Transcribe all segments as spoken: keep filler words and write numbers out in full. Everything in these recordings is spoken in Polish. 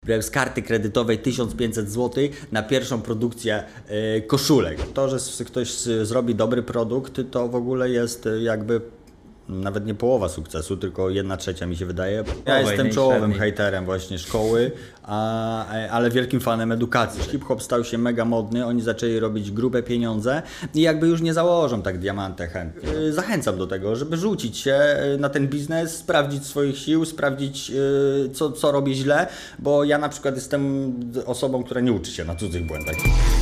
brałem z karty kredytowej tysiąc pięćset złotych na pierwszą produkcję yy, koszulek. To, że ktoś zrobi dobry produkt, to w ogóle jest jakby nawet nie połowa sukcesu, tylko jedna trzecia mi się wydaje. Ja jestem czołowym hejterem właśnie szkoły, a, ale wielkim fanem edukacji. Hip-hop stał się mega modny, oni zaczęli robić grube pieniądze i jakby już nie założą tak diamantę chętnie. Zachęcam do tego, żeby rzucić się na ten biznes, sprawdzić swoich sił, sprawdzić co, co robi źle, bo ja na przykład jestem osobą, która nie uczy się na cudzych błędach.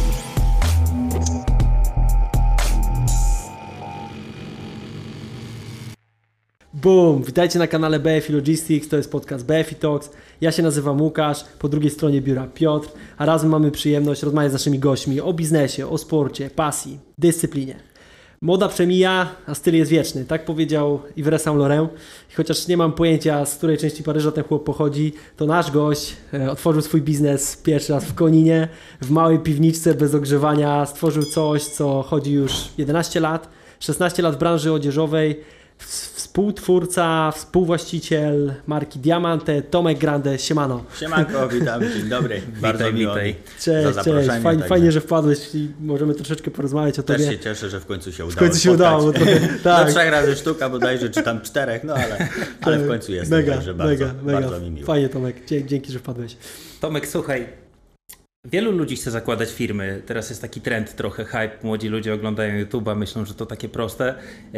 Boom! Witajcie na kanale B F I Logistics, to jest podcast B F I Talks. Ja się nazywam Łukasz, po drugiej stronie biura Piotr, a razem mamy przyjemność rozmawiać z naszymi gośćmi o biznesie, o sporcie, pasji, dyscyplinie. Moda przemija, a styl jest wieczny, tak powiedział Yves Saint Laurent. I chociaż nie mam pojęcia, z której części Paryża ten chłop pochodzi, to nasz gość e, otworzył swój biznes pierwszy raz w Koninie, w małej piwniczce bez ogrzewania, stworzył coś, co chodzi już jedenaście lat, szesnaście lat w branży odzieżowej. Współtwórca, współwłaściciel marki Diamante, Tomek Grande, siemano. Siemanko, witam, dzień dobry. Bardzo witaj, miło witaj. Cześć, za cześć. Fajnie, także. fajnie, że wpadłeś i możemy troszeczkę porozmawiać o Też tobie. się cieszę, że w końcu się udało. W końcu się udało. Bo trochę, tak. No trzech razy sztuka bodajże, czy tam czterech, no ale, ale w końcu jest. Mega, także bardzo, mega, mega. bardzo mi miło. Fajnie, Tomek, dzięki, że wpadłeś. Tomek, słuchaj, wielu ludzi chce zakładać firmy. Teraz jest taki trend, trochę hype. Młodzi ludzie oglądają YouTube'a, myślą, że to takie proste.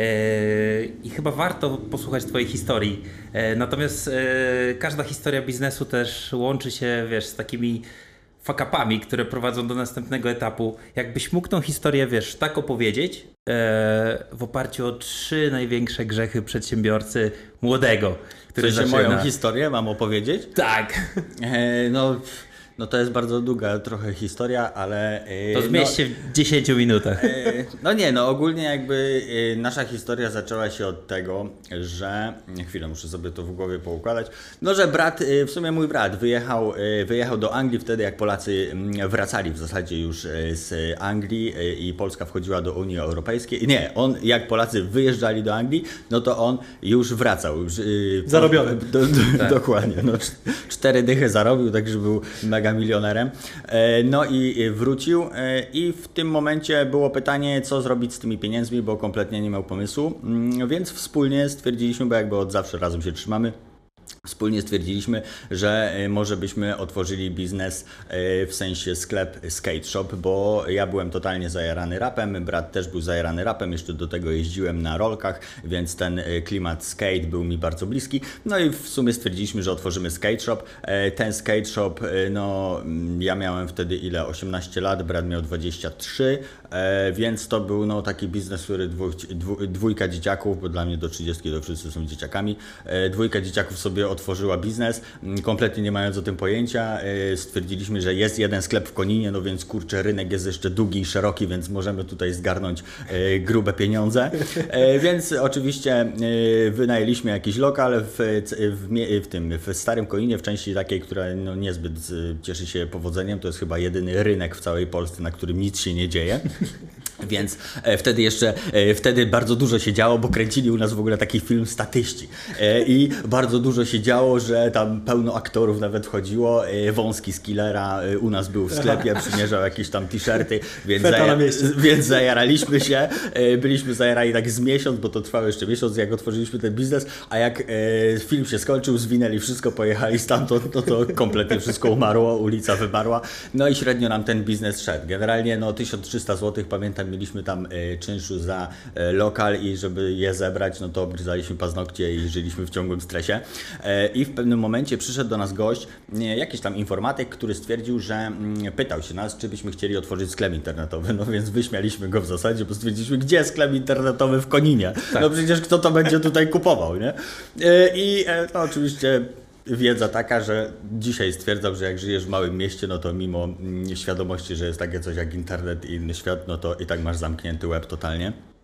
Eee, I chyba warto posłuchać twojej historii. Eee, natomiast eee, każda historia biznesu też łączy się, wiesz, z takimi fuck-upami, które prowadzą do następnego etapu. Jakbyś mógł tą historię, wiesz, tak opowiedzieć eee, w oparciu o trzy największe grzechy przedsiębiorcy młodego, który W sensie zaczyna... moją historię mam opowiedzieć? Tak. E, no... No to jest bardzo długa trochę historia, ale... Yy, To zmieść się no, w dziesięciu minutach. Yy, no nie, no ogólnie jakby yy, nasza historia zaczęła się od tego, że... Chwilę, muszę sobie to w głowie poukładać. No, że brat, yy, w sumie mój brat wyjechał, yy, wyjechał do Anglii wtedy, jak Polacy yy, wracali w zasadzie już yy, z Anglii yy, i Polska wchodziła do Unii Europejskiej. Nie, on, jak Polacy wyjeżdżali do Anglii, no to on już wracał. Już, yy, Zarobiony. Do, do, Tak. Dokładnie. No, cztery dychy zarobił, także był mega milionerem. No i wrócił i w tym momencie było pytanie, co zrobić z tymi pieniędzmi, bo kompletnie nie miał pomysłu, więc wspólnie stwierdziliśmy, bo jakby od zawsze razem się trzymamy, wspólnie stwierdziliśmy, że może byśmy otworzyli biznes w sensie sklep skate shop, bo ja byłem totalnie zajarany rapem, brat też był zajarany rapem, jeszcze do tego jeździłem na rolkach, więc ten klimat skate był mi bardzo bliski. No i w sumie stwierdziliśmy, że otworzymy skate shop. Ten skate shop, no ja miałem wtedy ile? osiemnaście lat, brat miał dwadzieścia trzy, więc to był no taki biznes, który dwój, dwójka dzieciaków, bo dla mnie do trzydziestki to wszyscy są dzieciakami, dwójka dzieciaków sobie otworzyła biznes, kompletnie nie mając o tym pojęcia. Stwierdziliśmy, że jest jeden sklep w Koninie, no więc kurczę, rynek jest jeszcze długi i szeroki, więc możemy tutaj zgarnąć grube pieniądze. Więc oczywiście wynajęliśmy jakiś lokal w, w, w tym, w Starym Koninie, w części takiej, która no niezbyt cieszy się powodzeniem. To jest chyba jedyny rynek w całej Polsce, na którym nic się nie dzieje. Więc e, wtedy jeszcze, e, wtedy bardzo dużo się działo, bo kręcili u nas w ogóle taki film Statyści e, i bardzo dużo się działo, że tam pełno aktorów nawet wchodziło, e, Wąski z Killera e, u nas był w sklepie, przymierzał jakieś tam t-shirty, więc, zaja więc zajaraliśmy się, e, byliśmy zajarani tak z miesiąc, bo to trwało jeszcze miesiąc, jak otworzyliśmy ten biznes, a jak e, film się skończył, zwinęli wszystko, pojechali stamtąd, no to kompletnie wszystko umarło, ulica wymarła, no i średnio nam ten biznes szedł. Generalnie no tysiąc trzysta złotych, pamiętam, mieliśmy tam y, czynszu za y, lokal i żeby je zebrać, no to obgryzaliśmy paznokcie i żyliśmy w ciągłym stresie. Y, I w pewnym momencie przyszedł do nas gość, y, jakiś tam informatyk, który stwierdził, że y, pytał się nas, czy byśmy chcieli otworzyć sklep internetowy. No więc wyśmialiśmy go w zasadzie, bo stwierdziliśmy, gdzie sklep internetowy w Koninie? Tak. No przecież kto to będzie tutaj kupował, nie? Y, I y, no oczywiście wiedza taka, że dzisiaj stwierdzam, że jak żyjesz w małym mieście, no to mimo świadomości, że jest takie coś jak internet i inny świat, no to i tak masz zamknięty łeb totalnie.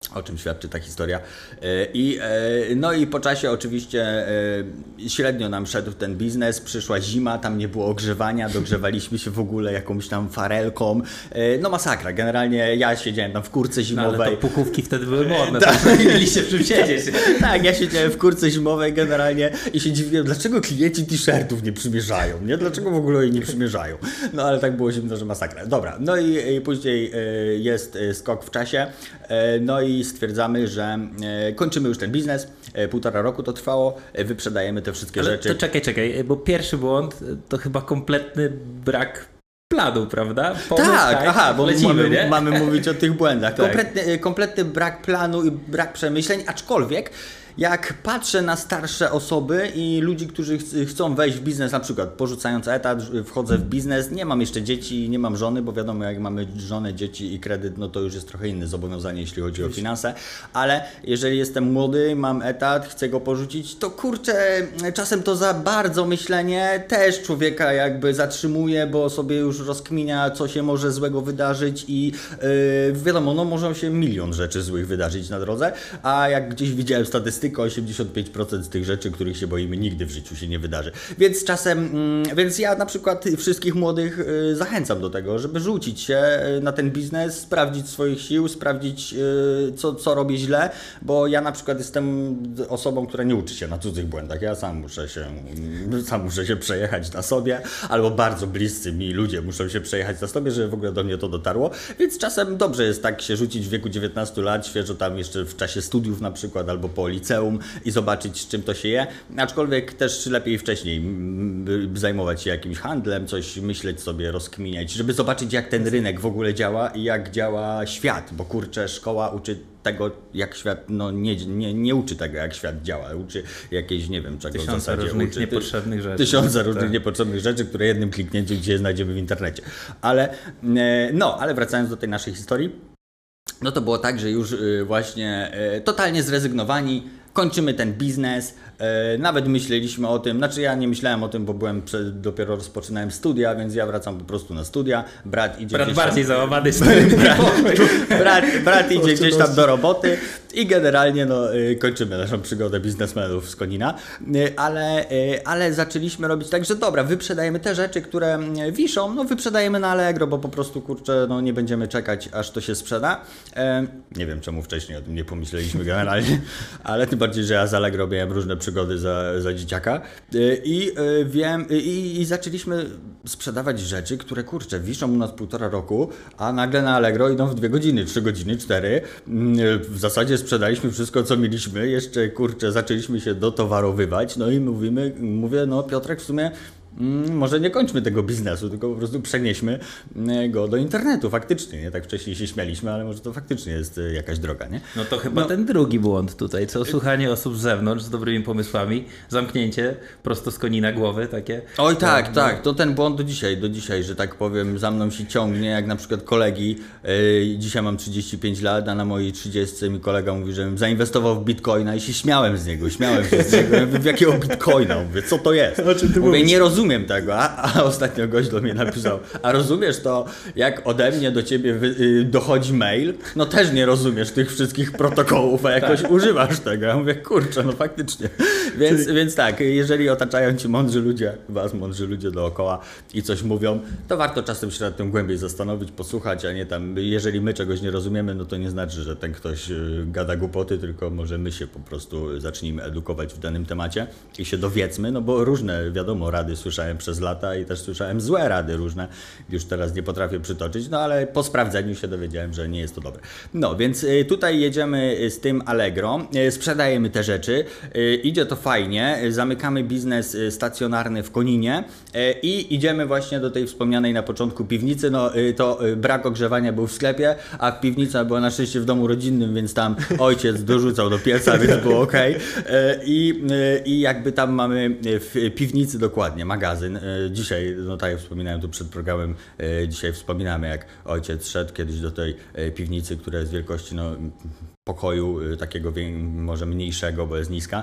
O czym świadczy ta historia. I, no i po czasie oczywiście średnio nam szedł ten biznes, przyszła zima, tam nie było ogrzewania, dogrzewaliśmy się w ogóle jakąś tam farelką. No masakra, generalnie ja siedziałem tam w kurce zimowej. No, ale to puchówki wtedy były modne, tak mieliście w czym siedzieć. Tak, ja siedziałem w kurce zimowej generalnie i się dziwiłem, dlaczego klienci t-shirtów nie przymierzają, nie? Dlaczego w ogóle jej nie przymierzają? No ale tak było zimno, że masakra. Dobra, no i, i później jest skok w czasie, no i stwierdzamy, że kończymy już ten biznes, półtora roku to trwało, wyprzedajemy te wszystkie Ale rzeczy. To czekaj, czekaj, bo pierwszy błąd to chyba kompletny brak planu, prawda? Pomysł, tak, tak, aha, bo lecimy, mamy, nie? mamy mówić o tych błędach. Tak. Kompletny, kompletny brak planu i brak przemyśleń, aczkolwiek jak patrzę na starsze osoby i ludzi, którzy ch chcą wejść w biznes, na przykład porzucając etat, wchodzę w biznes, nie mam jeszcze dzieci, nie mam żony, bo wiadomo, jak mamy żonę, dzieci i kredyt, no to już jest trochę inne zobowiązanie, jeśli chodzi o finanse, ale jeżeli jestem młody, mam etat, chcę go porzucić, to kurczę, czasem to za bardzo myślenie też człowieka jakby zatrzymuje, bo sobie już rozkminia, co się może złego wydarzyć i yy, wiadomo, no może się milion rzeczy złych wydarzyć na drodze, a jak gdzieś widziałem statystykę, osiemdziesiąt pięć procent z tych rzeczy, których się boimy, nigdy w życiu się nie wydarzy. Więc czasem, mm, więc ja na przykład wszystkich młodych y, zachęcam do tego, żeby rzucić się na ten biznes, sprawdzić swoich sił, sprawdzić y, co, co robię źle, bo ja na przykład jestem osobą, która nie uczy się na cudzych błędach. Ja sam muszę się, sam muszę się przejechać na sobie, albo bardzo bliscy mi ludzie muszą się przejechać na sobie, żeby w ogóle do mnie to dotarło. Więc czasem dobrze jest tak się rzucić w wieku dziewiętnastu lat, świeżo tam jeszcze w czasie studiów na przykład, albo po liceum, i zobaczyć, z czym to się je, aczkolwiek też lepiej wcześniej zajmować się jakimś handlem, coś myśleć sobie, rozkminiać, żeby zobaczyć, jak ten rynek w ogóle działa i jak działa świat, bo kurczę, szkoła uczy tego, jak świat, no nie, nie, nie uczy tego, jak świat działa, uczy jakieś, nie wiem, czego Tysiące w zasadzie różnych uczy. niepotrzebnych rzeczy. Tysiące różnych tak. niepotrzebnych rzeczy, które jednym kliknięciem dzisiaj znajdziemy w internecie. Ale, no, ale wracając do tej naszej historii, no to było tak, że już właśnie totalnie zrezygnowani, kończymy ten biznes, e, nawet myśleliśmy o tym, znaczy ja nie myślałem o tym, bo byłem przed, dopiero rozpoczynałem studia, więc ja wracam po prostu na studia, brat idzie Brat gdzieś bardziej tam, załamany z tym. brat, brat, brat idzie gdzieś tam do roboty i generalnie no, kończymy naszą przygodę biznesmenów z Konina, ale, ale zaczęliśmy robić tak, że dobra, wyprzedajemy te rzeczy, które wiszą, no wyprzedajemy na Allegro, bo po prostu kurczę, no nie będziemy czekać, aż to się sprzeda. E, nie wiem, czemu wcześniej o tym nie pomyśleliśmy generalnie, ale tym bardziej, że ja z Allegro miałem różne przygody za, za dzieciaka i wiem, i, i zaczęliśmy sprzedawać rzeczy, które kurczę, wiszą u nas półtora roku, a nagle na Allegro idą w dwie godziny, trzy godziny, cztery. W zasadzie sprzedaliśmy wszystko, co mieliśmy, jeszcze kurczę, zaczęliśmy się dotowarowywać, no i mówimy, mówię, no Piotrek, w sumie Mm, może nie kończmy tego biznesu, tylko po prostu przenieśmy go do internetu, faktycznie, nie? Tak wcześniej się śmialiśmy, ale może to faktycznie jest jakaś droga, nie? No to chyba no. ten drugi błąd tutaj, co słuchanie osób z zewnątrz z dobrymi pomysłami, zamknięcie prosto z Konina głowy, takie. Oj tak, no. tak, to ten błąd do dzisiaj, do dzisiaj, że tak powiem, za mną się ciągnie, jak na przykład kolegi, yy, dzisiaj mam trzydzieści pięć lat, a na mojej trzydziestce mi kolega mówi, żebym zainwestował w bitcoina i się śmiałem z niego, śmiałem się z niego, ja mówię, w jakiego bitcoina, mówię, co to jest? Mówię, nie rozumiem tego, a, a ostatnio gość do mnie napisał, a rozumiesz to, jak ode mnie do ciebie wy, y, dochodzi mail, no też nie rozumiesz tych wszystkich protokołów, a jakoś tak. używasz tego. Ja mówię, kurczę, no faktycznie. Więc, Czyli... więc tak, jeżeli otaczają ci mądrzy ludzie, was mądrzy ludzie dookoła i coś mówią, to warto czasem się nad tym głębiej zastanowić, posłuchać, a nie tam, jeżeli my czegoś nie rozumiemy, no to nie znaczy, że ten ktoś gada głupoty, tylko może my się po prostu zacznijmy edukować w danym temacie i się dowiedzmy, no bo różne, wiadomo, rady słyszałem przez lata i też słyszałem złe rady różne, już teraz nie potrafię przytoczyć, no ale po sprawdzeniu się dowiedziałem, że nie jest to dobre. No więc tutaj jedziemy z tym Allegro, sprzedajemy te rzeczy, idzie to fajnie, zamykamy biznes stacjonarny w Koninie i idziemy właśnie do tej wspomnianej na początku piwnicy, no to brak ogrzewania był w sklepie, a piwnica była na szczęście w domu rodzinnym, więc tam ojciec dorzucał do pieca, więc było ok. I, i jakby tam mamy w piwnicy dokładnie magazyn magazyn. Dzisiaj, no tak jak wspominałem tu przed programem, dzisiaj wspominamy, jak ojciec szedł kiedyś do tej piwnicy, która jest wielkości no, pokoju takiego może mniejszego, bo jest niska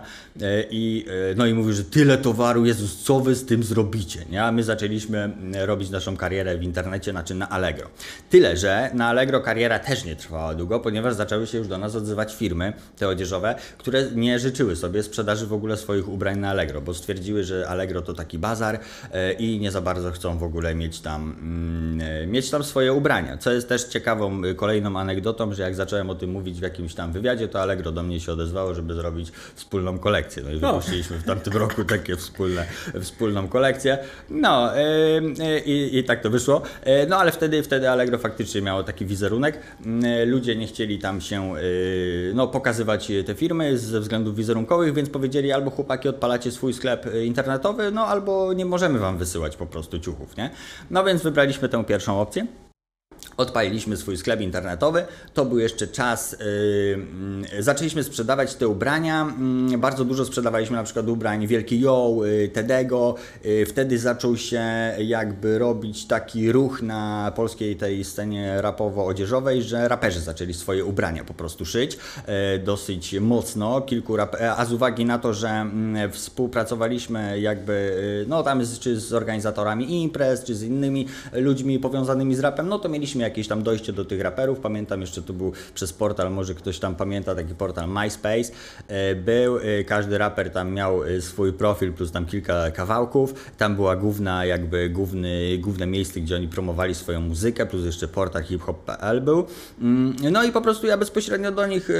i no i mówił, że tyle towaru, Jezus, co wy z tym zrobicie, nie? A my zaczęliśmy robić naszą karierę w internecie, znaczy na Allegro. Tyle, że na Allegro kariera też nie trwała długo, ponieważ zaczęły się już do nas odzywać firmy te odzieżowe, które nie życzyły sobie sprzedaży w ogóle swoich ubrań na Allegro, bo stwierdziły, że Allegro to taki bazar i nie za bardzo chcą w ogóle mieć tam, mieć tam swoje ubrania, co jest też ciekawą kolejną anegdotą, że jak zacząłem o tym mówić w jakimś tam wywiadzie, to Allegro do mnie się odezwało, żeby zrobić wspólną kolekcję. No i wypuściliśmy w tamtym roku takie wspólne, wspólną kolekcję. No yy, i, i tak to wyszło. Yy, no ale wtedy, wtedy Allegro faktycznie miało taki wizerunek. Yy, ludzie nie chcieli tam się yy, no, pokazywać te firmy ze względów wizerunkowych, więc powiedzieli albo chłopaki odpalacie swój sklep internetowy, no albo nie możemy wam wysyłać po prostu ciuchów, nie? No więc wybraliśmy tę pierwszą opcję. Odpaliliśmy swój sklep internetowy, to był jeszcze czas, yy, zaczęliśmy sprzedawać te ubrania, yy, bardzo dużo sprzedawaliśmy na przykład ubrań Wielki Joe, yy, Tedego, yy, wtedy zaczął się jakby robić taki ruch na polskiej tej scenie rapowo-odzieżowej, że raperzy zaczęli swoje ubrania po prostu szyć, yy, dosyć mocno, kilku rap- a z uwagi na to, że yy, współpracowaliśmy jakby, yy, no tam z, czy z organizatorami imprez, czy z innymi ludźmi powiązanymi z rapem, no to mieliśmy jakieś tam dojście do tych raperów. Pamiętam jeszcze, to był przez portal, może ktoś tam pamięta, taki portal MySpace. Był, każdy raper tam miał swój profil plus tam kilka kawałków. Tam była główna, jakby główny, główne miejsce, gdzie oni promowali swoją muzykę, plus jeszcze portal hiphop kropka p l był. No i po prostu ja bezpośrednio do nich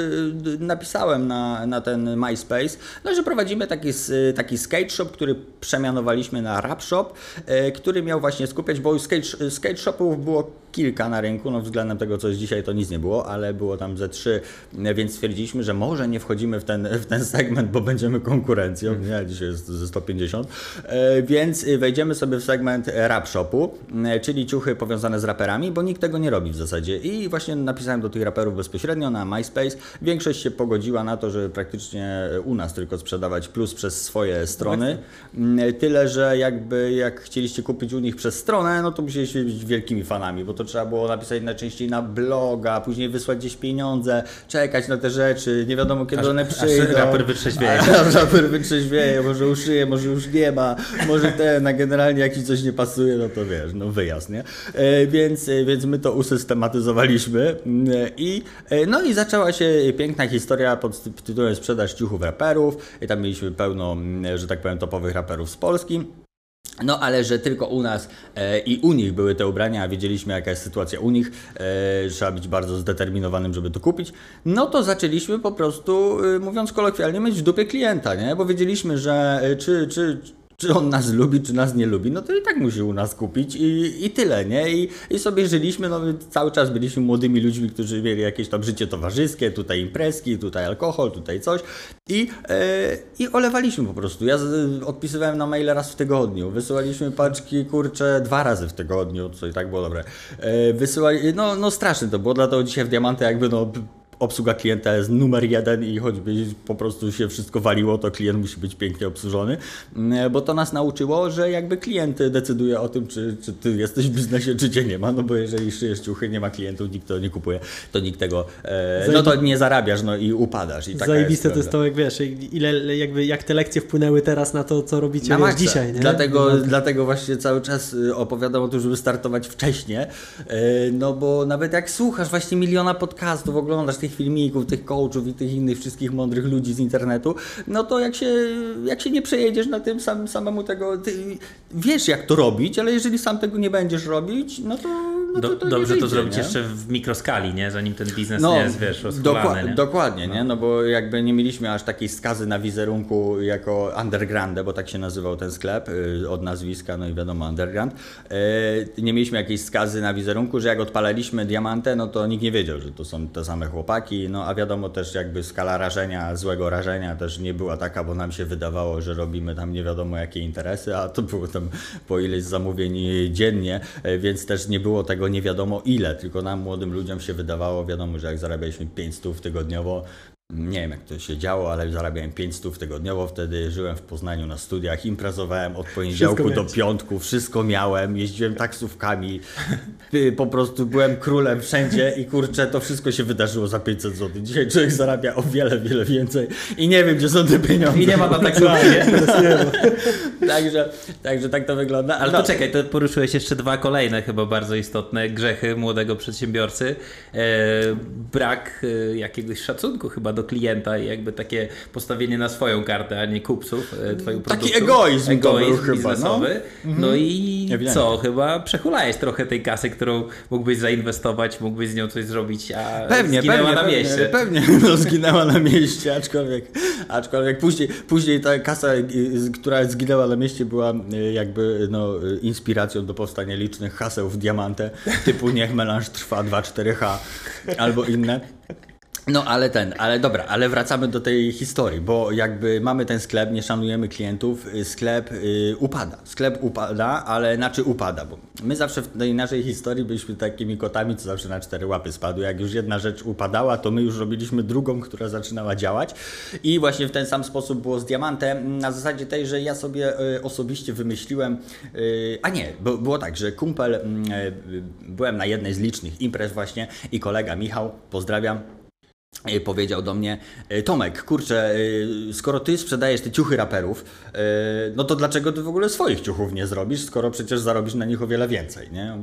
napisałem na, na ten MySpace, no, że prowadzimy taki, taki skate shop, który przemianowaliśmy na rap shop, który miał właśnie skupiać, bo skate, skate shopów było kilka na rynku, no względem tego, co jest dzisiaj, to nic nie było, ale było tam ze trzy, więc stwierdziliśmy, że może nie wchodzimy w ten, w ten segment, bo będziemy konkurencją, nie, dzisiaj jest ze sto pięćdziesiąt, więc wejdziemy sobie w segment rap shopu, czyli ciuchy powiązane z raperami, bo nikt tego nie robi w zasadzie i właśnie napisałem do tych raperów bezpośrednio na MySpace, większość się pogodziła na to, żeby praktycznie u nas tylko sprzedawać plus przez swoje strony, tyle, że jakby jak chcieliście kupić u nich przez stronę, no to musieliście być wielkimi fanami, bo to trzeba było napisać najczęściej na bloga, później wysłać gdzieś pieniądze, czekać na te rzeczy, nie wiadomo kiedy aż, one przyjdą. Aż raper wytrzeźwieje. Aż raper wytrzeźwieje, może uszyje, może już nie ma, może ten, a generalnie jak ci coś nie pasuje, no to wiesz, no wyjazd, nie? E, więc, więc my to usystematyzowaliśmy i no i zaczęła się piękna historia pod tytułem sprzedaż ciuchów raperów i tam mieliśmy pełno, że tak powiem, topowych raperów z Polski. No ale że tylko u nas e, i u nich były te ubrania, a wiedzieliśmy jaka jest sytuacja u nich, e, trzeba być bardzo zdeterminowanym, żeby to kupić, no to zaczęliśmy po prostu, e, mówiąc kolokwialnie, mieć w dupie klienta, nie? Bo wiedzieliśmy, że e, czy, czy, czy on nas lubi, czy nas nie lubi, no to i tak musi u nas kupić i, i tyle, nie? I, I sobie żyliśmy, no cały czas byliśmy młodymi ludźmi, którzy mieli jakieś tam życie towarzyskie, tutaj imprezki, tutaj alkohol, tutaj coś i, e, i olewaliśmy po prostu. Ja z, odpisywałem na maile raz w tygodniu, wysyłaliśmy paczki, kurczę, dwa razy w tygodniu, co i tak było dobre. E, wysyłali, no, no straszne to było, dlatego dzisiaj w Diamanty jakby no... obsługa klienta jest numer jeden i choćby po prostu się wszystko waliło, to klient musi być pięknie obsłużony, bo to nas nauczyło, że jakby klient decyduje o tym, czy, czy ty jesteś w biznesie, czy cię nie ma, no bo jeżeli szyjesz ciuchy, nie ma klientów, nikt to nie kupuje, to nikt tego, e, no to nie zarabiasz, no i upadasz. I taka Zajebiste jest to jest to, jak wiesz, ile, jakby, jak te lekcje wpłynęły teraz na to, co robicie na wiesz, dzisiaj. Nie? Dlatego, no. dlatego właśnie cały czas opowiadam o tym, żeby startować wcześniej, no bo nawet jak słuchasz właśnie miliona podcastów, oglądasz tych filmików, tych coachów i tych innych wszystkich mądrych ludzi z internetu, no to jak się, jak się nie przejedziesz na tym sam, samemu tego, ty wiesz jak to robić, ale jeżeli sam tego nie będziesz robić, no to no to, to Dobrze nie wyjdzie, to zrobić nie? jeszcze w mikroskali, nie? Zanim ten biznes no, nie jest, wiesz, rozchowany. Doku- nie? Dokładnie, no. nie? No bo jakby nie mieliśmy aż takiej skazy na wizerunku jako Underground, bo tak się nazywał ten sklep yy, od nazwiska, no i wiadomo Underground. Yy, nie mieliśmy jakiejś skazy na wizerunku, że jak odpalaliśmy Diamantę, no to nikt nie wiedział, że to są te same chłopaki, no a wiadomo też jakby skala rażenia, złego rażenia też nie była taka, bo nam się wydawało, że robimy tam nie wiadomo jakie interesy, a to było tam po ileś zamówień dziennie, yy, więc też nie było tego nie wiadomo ile, tylko nam młodym ludziom się wydawało, wiadomo, że jak zarabialiśmy pięćset tygodniowo, Nie wiem jak to się działo, ale zarabiałem pięćset tygodniowo wtedy, żyłem w Poznaniu na studiach, imprezowałem od poniedziałku do piątku, wszystko miałem, jeździłem taksówkami, po prostu byłem królem wszędzie i kurczę, to wszystko się wydarzyło za pięćset złotych. Dzisiaj człowiek zarabia o wiele, wiele więcej i nie wiem, gdzie są te pieniądze. I nie ma na taksówki, nie? Także, także tak to wygląda. Ale no. To czekaj, to poruszyłeś jeszcze dwa kolejne chyba bardzo istotne grzechy młodego przedsiębiorcy. E, brak e, jakiegoś szacunku chyba do klienta i jakby takie postawienie na swoją kartę, a nie kupców e, twoich produktów. Taki egoizm, egoizm to biznesowy. Chyba, no. no i Ewidentnie. co? Chyba przechulałeś trochę tej kasy, którą mógłbyś zainwestować, mógłbyś z nią coś zrobić, a pewnie, zginęła pewnie, na mieście. Pewnie, pewnie no, zginęła na mieście, aczkolwiek, aczkolwiek później, później ta kasa, która zginęła na mieście, była jakby no, inspiracją do powstania licznych haseł w Diamantę, typu niech melanż trwa dwa cztery H albo inne. No ale ten, ale dobra, ale wracamy do tej historii, bo jakby mamy ten sklep, nie szanujemy klientów, sklep y, upada, sklep upada, ale znaczy upada, bo my zawsze w tej naszej historii byliśmy takimi kotami, co zawsze na cztery łapy spadły, jak już jedna rzecz upadała, to my już robiliśmy drugą, która zaczynała działać i właśnie w ten sam sposób było z Diamantem, na zasadzie tej, że ja sobie y, osobiście wymyśliłem, y, a nie, bo, było tak, że kumpel, y, byłem na jednej z licznych imprez właśnie i kolega Michał, pozdrawiam, powiedział do mnie: Tomek, kurczę, skoro ty sprzedajesz te ciuchy raperów, no to dlaczego ty w ogóle swoich ciuchów nie zrobisz, skoro przecież zarobisz na nich o wiele więcej, nie?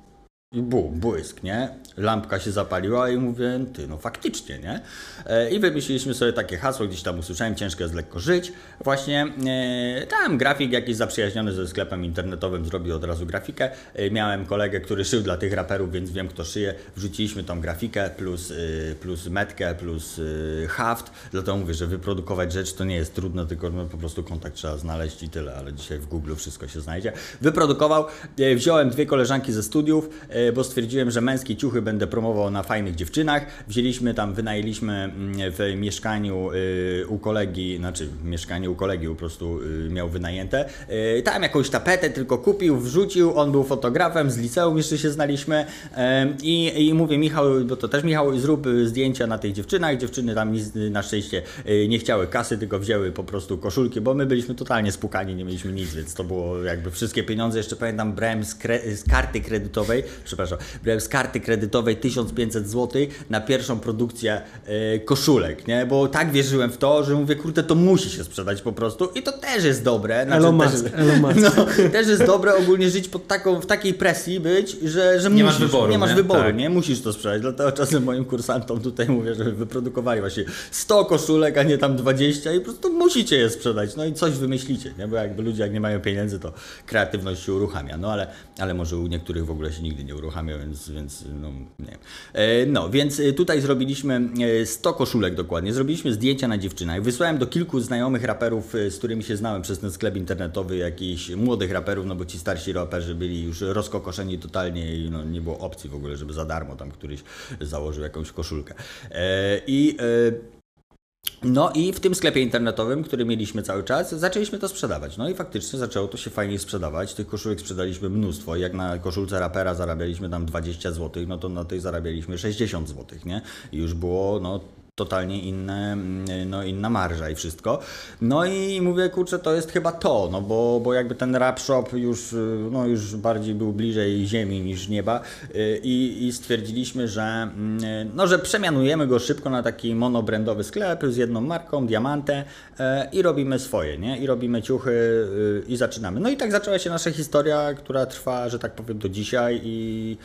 I bum, błysk, nie? Lampka się zapaliła i mówię, ty, no faktycznie, nie? I wymyśliliśmy sobie takie hasło, gdzieś tam usłyszałem, ciężko jest lekko żyć. Właśnie e, tam grafik jakiś zaprzyjaźniony ze sklepem internetowym zrobił od razu grafikę. E, miałem kolegę, który szył dla tych raperów, więc wiem, kto szyje. Wrzuciliśmy tą grafikę plus, e, plus metkę, plus e, haft. Dlatego mówię, że wyprodukować rzecz to nie jest trudno, tylko no, po prostu kontakt trzeba znaleźć i tyle, ale dzisiaj w Google wszystko się znajdzie. Wyprodukował, e, wziąłem dwie koleżanki ze studiów, e, bo stwierdziłem, że męskie ciuchy będę promował na fajnych dziewczynach. Wzięliśmy tam, wynajęliśmy w mieszkaniu u kolegi, znaczy mieszkanie u kolegi po prostu miał wynajęte. Tam jakąś tapetę tylko kupił, wrzucił, on był fotografem, z liceum jeszcze się znaliśmy i, i mówię, Michał, bo to też Michał, zrób zdjęcia na tych dziewczynach. Dziewczyny tam na szczęście nie chciały kasy, tylko wzięły po prostu koszulki, bo my byliśmy totalnie spłukani, nie mieliśmy nic, więc to było jakby wszystkie pieniądze. Jeszcze pamiętam, brałem z, z karty kredytowej, przepraszam, brałem z karty kredytowej tysiąc pięćset złotych na pierwszą produkcję e, koszulek, nie? Bo tak wierzyłem w to, że mówię, kurde, to musi się sprzedać po prostu i to też jest dobre. Znaczy, Elon też, Musk, Elon Musk. No, też jest dobre ogólnie żyć pod taką, w takiej presji być, że, że nie musisz, masz wyboru, nie masz nie? wyboru, Tak. nie? Musisz to sprzedać. Dlatego czasem moim kursantom tutaj mówię, żeby wyprodukowali właśnie sto koszulek, a nie tam dwadzieścia i po prostu musicie je sprzedać. No i coś wymyślicie, nie? Bo jakby ludzie jak nie mają pieniędzy, to kreatywność się uruchamia. No ale, ale może u niektórych w ogóle się nigdy nie uruchamia, więc, więc no nie wiem. E, no, więc tutaj zrobiliśmy sto koszulek dokładnie. Zrobiliśmy zdjęcia na dziewczynach. Wysłałem do kilku znajomych raperów, z którymi się znałem przez ten sklep internetowy, jakichś młodych raperów, no bo ci starsi raperzy byli już rozkokoszeni totalnie i no, nie było opcji w ogóle, żeby za darmo tam któryś założył jakąś koszulkę. E, I e, No i w tym sklepie internetowym, który mieliśmy cały czas, zaczęliśmy to sprzedawać. No i faktycznie zaczęło to się fajnie sprzedawać. Tych koszulek sprzedaliśmy mnóstwo. Jak na koszulce rapera zarabialiśmy tam dwadzieścia złotych, no to na tej zarabialiśmy sześćdziesiąt złotych, nie? I już było, no, totalnie inne, no, inna marża i wszystko. No i mówię, kurczę, to jest chyba to, no bo, bo jakby ten rap shop już, no, już bardziej był bliżej ziemi niż nieba i, i stwierdziliśmy, że, no, że przemianujemy go szybko na taki monobrandowy sklep z jedną marką, Diamantę i robimy swoje, nie? I robimy ciuchy i zaczynamy. No i tak zaczęła się nasza historia, która trwa, że tak powiem, do dzisiaj i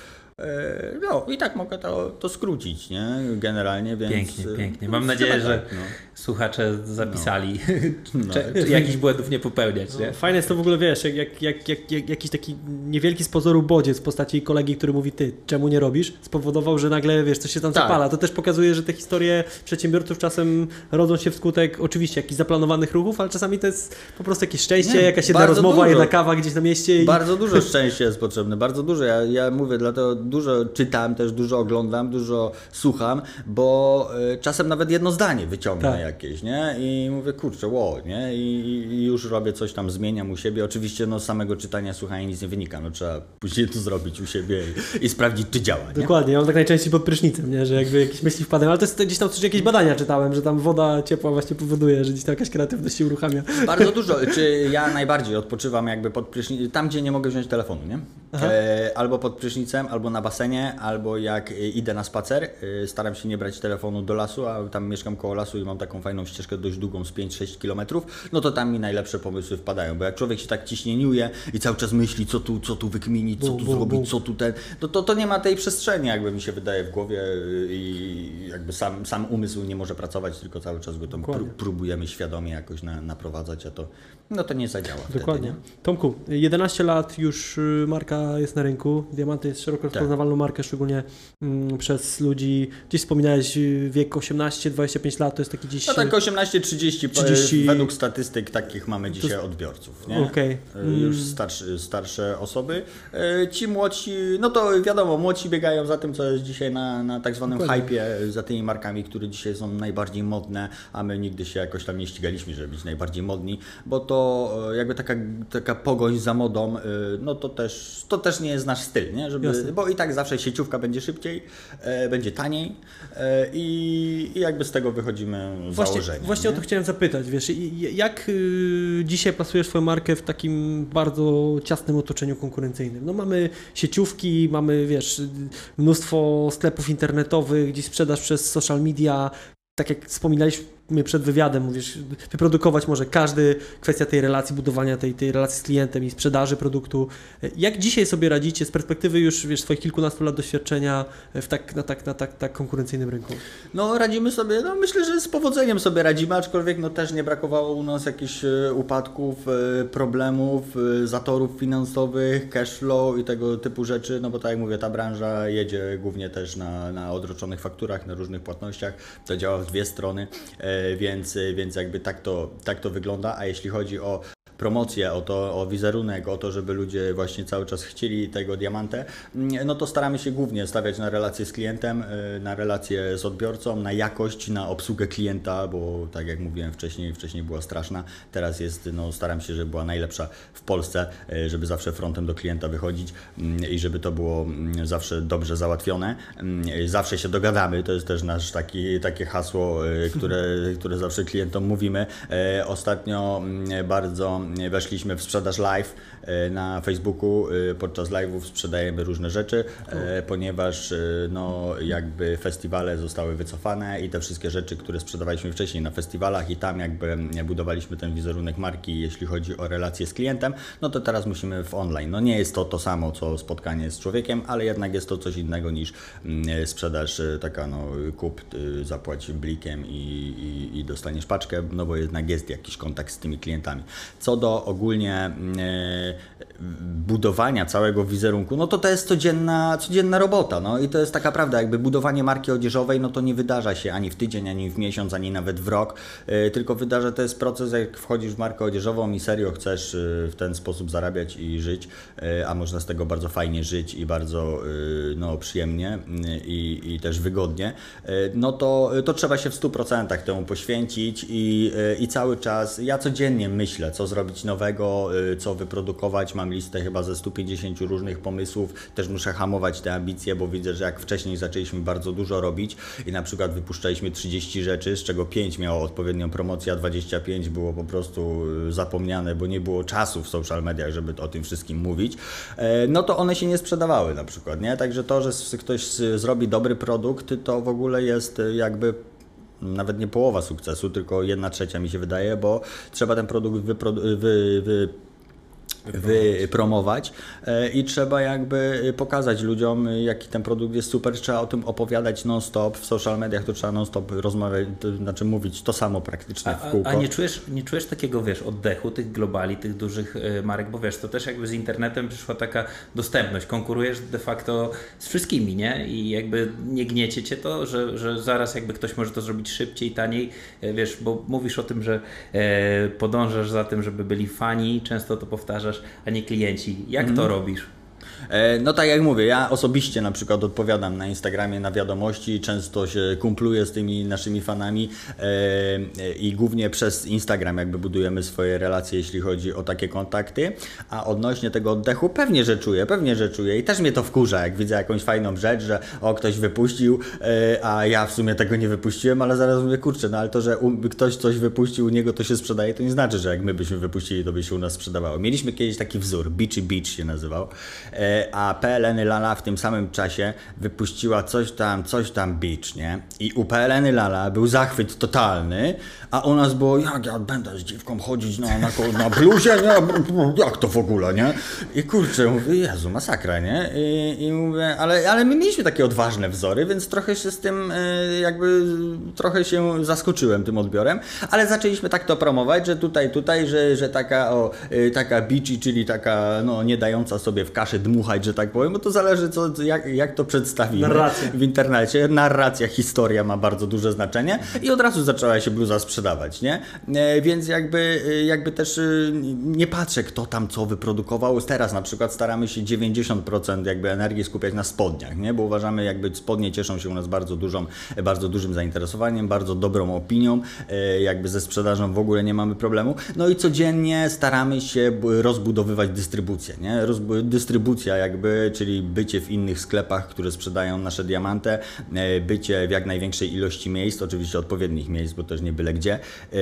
no i tak mogę to, to skrócić, nie? Generalnie, więc... Pięknie, pięknie. Mam nadzieję, tak, że no. słuchacze zapisali, no. czy, czy jakichś błędów nie popełniać. Nie? No, fajne jest to w ogóle, wiesz, jak, jak, jak, jak, jak jakiś taki niewielki z pozoru bodziec w postaci kolegi, który mówi, ty, czemu nie robisz? Spowodował, że nagle, wiesz, coś się tam tak. zapala. To też pokazuje, że te historie przedsiębiorców czasem rodzą się wskutek oczywiście jakichś zaplanowanych ruchów, ale czasami to jest po prostu jakieś szczęście, nie, jakaś jedna rozmowa, dużo. jedna kawa gdzieś na mieście. I... Bardzo dużo szczęścia jest potrzebne, bardzo dużo. Ja, ja mówię, dlatego dużo czytam, też dużo oglądam, dużo słucham, bo y, czasem nawet jedno zdanie wyciągnę tak. jakieś, nie? I mówię, kurczę, wow, nie? I, I już robię coś tam, zmieniam u siebie. Oczywiście no, z samego czytania, słuchania nic nie wynika, no trzeba później to zrobić u siebie i, i sprawdzić, czy działa, nie? Dokładnie, ja mam tak najczęściej pod prysznicem, nie? Że jakby jakieś myśli wpadają, ale to jest gdzieś tam coś, jakieś badania czytałem, że tam woda ciepła właśnie powoduje, że gdzieś tam jakaś kreatywność się uruchamia. Bardzo dużo. Czy ja najbardziej odpoczywam jakby pod prysznicem, tam gdzie nie mogę wziąć telefonu, nie? E, albo pod prysznicem, albo na basenie, albo jak idę na spacer, e, staram się nie brać telefonu do lasu, a tam mieszkam koło lasu i mam taką fajną ścieżkę dość długą z pięć sześć kilometrów, no to tam mi najlepsze pomysły wpadają, bo jak człowiek się tak ciśnieniuje i cały czas myśli, co tu, co tu wykminić, co tu bum, bum, zrobić, bum. co tu ten, to, to, to nie ma tej przestrzeni, jakby mi się wydaje w głowie i jakby sam, sam umysł nie może pracować, tylko cały czas go tam pró- próbujemy świadomie jakoś na, naprowadzać, a to, no to nie zadziała. Dokładnie. Wtedy, nie? Tomku, jedenaście lat już marka jest na rynku. Diamanty jest szeroko rozpoznawalną markę, szczególnie mm, przez ludzi. Gdzieś wspominałeś wiek osiemnaście dwadzieścia pięć lat, to jest taki dziś... No tak osiemnaście trzydzieści, trzydzieści według statystyk takich mamy dzisiaj to... odbiorców, nie? Okay. Już starszy, starsze osoby. Ci młodsi, no to wiadomo, młodsi biegają za tym, co jest dzisiaj na, na tak zwanym hypie, za tymi markami, które dzisiaj są najbardziej modne, a my nigdy się jakoś tam nie ścigaliśmy, żeby być najbardziej modni, bo to jakby taka, taka pogoń za modą, no to też, to też nie jest nasz styl, nie? Żeby, bo i tak zawsze sieciówka będzie szybciej, e, będzie taniej e, i, i jakby z tego wychodzimy z właśnie, założenia. Właśnie nie? o to chciałem zapytać, wiesz, jak y, dzisiaj plasujesz swoją markę w takim bardzo ciasnym otoczeniu konkurencyjnym? No mamy sieciówki, mamy, wiesz, mnóstwo sklepów internetowych, gdzieś sprzedaż przez social media, tak jak wspominaliśmy przed wywiadem, mówisz, wyprodukować może każdy, kwestia tej relacji, budowania tej, tej relacji z klientem i sprzedaży produktu. Jak dzisiaj sobie radzicie z perspektywy już, wiesz, swoich kilkunastu lat doświadczenia w tak, na tak, na tak, tak konkurencyjnym rynku? No radzimy sobie, no myślę, że z powodzeniem sobie radzimy, aczkolwiek no też nie brakowało u nas jakichś upadków, problemów, zatorów finansowych, cash flow i tego typu rzeczy, no bo tak jak mówię, ta branża jedzie głównie też na, na odroczonych fakturach, na różnych płatnościach, to działa w dwie strony. Więc, więc jakby tak to, tak to wygląda, a jeśli chodzi o promocję, o to, o wizerunek, o to, żeby ludzie właśnie cały czas chcieli tego diamantę, no to staramy się głównie stawiać na relacje z klientem, na relacje z odbiorcą, na jakość, na obsługę klienta, bo tak jak mówiłem wcześniej, wcześniej była straszna, teraz jest, no staram się, żeby była najlepsza w Polsce, żeby zawsze frontem do klienta wychodzić i żeby to było zawsze dobrze załatwione. Zawsze się dogadamy, to jest też nasz taki, takie hasło, które, które zawsze klientom mówimy. Ostatnio bardzo weszliśmy w sprzedaż live na Facebooku. Podczas live'ów sprzedajemy różne rzeczy, ponieważ no, jakby festiwale zostały wycofane i te wszystkie rzeczy, które sprzedawaliśmy wcześniej na festiwalach i tam jakby budowaliśmy ten wizerunek marki, jeśli chodzi o relacje z klientem, no to teraz musimy w online. No nie jest to to samo, co spotkanie z człowiekiem, ale jednak jest to coś innego niż sprzedaż taka, no kup, zapłać blikiem i, i, i dostaniesz paczkę, no bo jednak jest jakiś kontakt z tymi klientami. Co do ogólnie e, budowania całego wizerunku, no to to jest codzienna, codzienna robota, no i to jest taka prawda, jakby budowanie marki odzieżowej, no to nie wydarza się ani w tydzień, ani w miesiąc, ani nawet w rok, e, tylko wydarza, to jest proces, jak wchodzisz w markę odzieżową i serio chcesz e, w ten sposób zarabiać i żyć, e, a można z tego bardzo fajnie żyć i bardzo e, no, przyjemnie e, i, i też wygodnie, e, no to, to trzeba się w stu procentach temu poświęcić i, e, i cały czas, ja codziennie myślę, co zrobić nowego, co wyprodukować. Mam listę chyba ze stu pięćdziesięciu różnych pomysłów. Też muszę hamować te ambicje, bo widzę, że jak wcześniej zaczęliśmy bardzo dużo robić i na przykład wypuszczaliśmy trzydzieści rzeczy, z czego pięć miało odpowiednią promocję, a dwadzieścia pięć było po prostu zapomniane, bo nie było czasu w social mediach, żeby o tym wszystkim mówić, no to one się nie sprzedawały na przykład, nie? Także to, że ktoś zrobi dobry produkt, to w ogóle jest jakby nawet nie połowa sukcesu, tylko jedna trzecia mi się wydaje, bo trzeba ten produkt wyprodu- wy, wy, wypromować i trzeba jakby pokazać ludziom, jaki ten produkt jest super, trzeba o tym opowiadać non-stop, w social mediach to trzeba non-stop rozmawiać, to znaczy mówić to samo praktycznie w kółko. A, a nie czujesz, nie czujesz takiego, wiesz, oddechu tych globali, tych dużych marek, bo wiesz, to też jakby z internetem przyszła taka dostępność, konkurujesz de facto z wszystkimi, nie? I jakby nie gniecie cię to, że, że zaraz jakby ktoś może to zrobić szybciej, taniej, wiesz, bo mówisz o tym, że e, podążasz za tym, żeby byli fani, często to powtarzasz, a nie klienci. Jak mm. to robisz? No tak jak mówię, ja osobiście na przykład odpowiadam na Instagramie na wiadomości, często się kumpluję z tymi naszymi fanami i głównie przez Instagram jakby budujemy swoje relacje, jeśli chodzi o takie kontakty, a odnośnie tego oddechu pewnie, że czuję, pewnie, że czuję i też mnie to wkurza, jak widzę jakąś fajną rzecz, że o, ktoś wypuścił, a ja w sumie tego nie wypuściłem, ale zaraz mówię, kurczę, no ale to, że ktoś coś wypuścił, u niego to się sprzedaje, to nie znaczy, że jak my byśmy wypuścili, to by się u nas sprzedawało. Mieliśmy kiedyś taki wzór, Beachy Beach się nazywał, a P L N Lala w tym samym czasie wypuściła coś tam, coś tam Beach, nie? I u P L N Lala był zachwyt totalny, a u nas było, jak ja będę z dziewką chodzić na, na, na bluzie, nie? Jak to w ogóle, nie? I kurczę, mówię, Jezu, masakra, nie? I, i mówię, ale, ale my mieliśmy takie odważne wzory, więc trochę się z tym jakby, trochę się zaskoczyłem tym odbiorem, ale zaczęliśmy tak to promować, że tutaj, tutaj, że, że taka, o, taka beachy, czyli taka, no, nie dająca sobie w kaszy dmuchać, że tak powiem, bo to zależy, co, jak, jak to przedstawimy Narracja. w internecie. Narracja, historia ma bardzo duże znaczenie i od razu zaczęła się bluza sprzedawać, nie? Więc jakby, jakby też nie patrzę, kto tam co wyprodukował. Teraz na przykład staramy się dziewięćdziesiąt procent jakby energii skupiać na spodniach, nie? Bo uważamy, jakby spodnie cieszą się u nas bardzo dużą, bardzo dużym zainteresowaniem, bardzo dobrą opinią, jakby ze sprzedażą w ogóle nie mamy problemu. No i codziennie staramy się rozbudowywać dystrybucję, nie? Rozbu- dystrybucja jakby, czyli bycie w innych sklepach, które sprzedają nasze diamanty, bycie w jak największej ilości miejsc, oczywiście odpowiednich miejsc, bo też nie byle gdzie,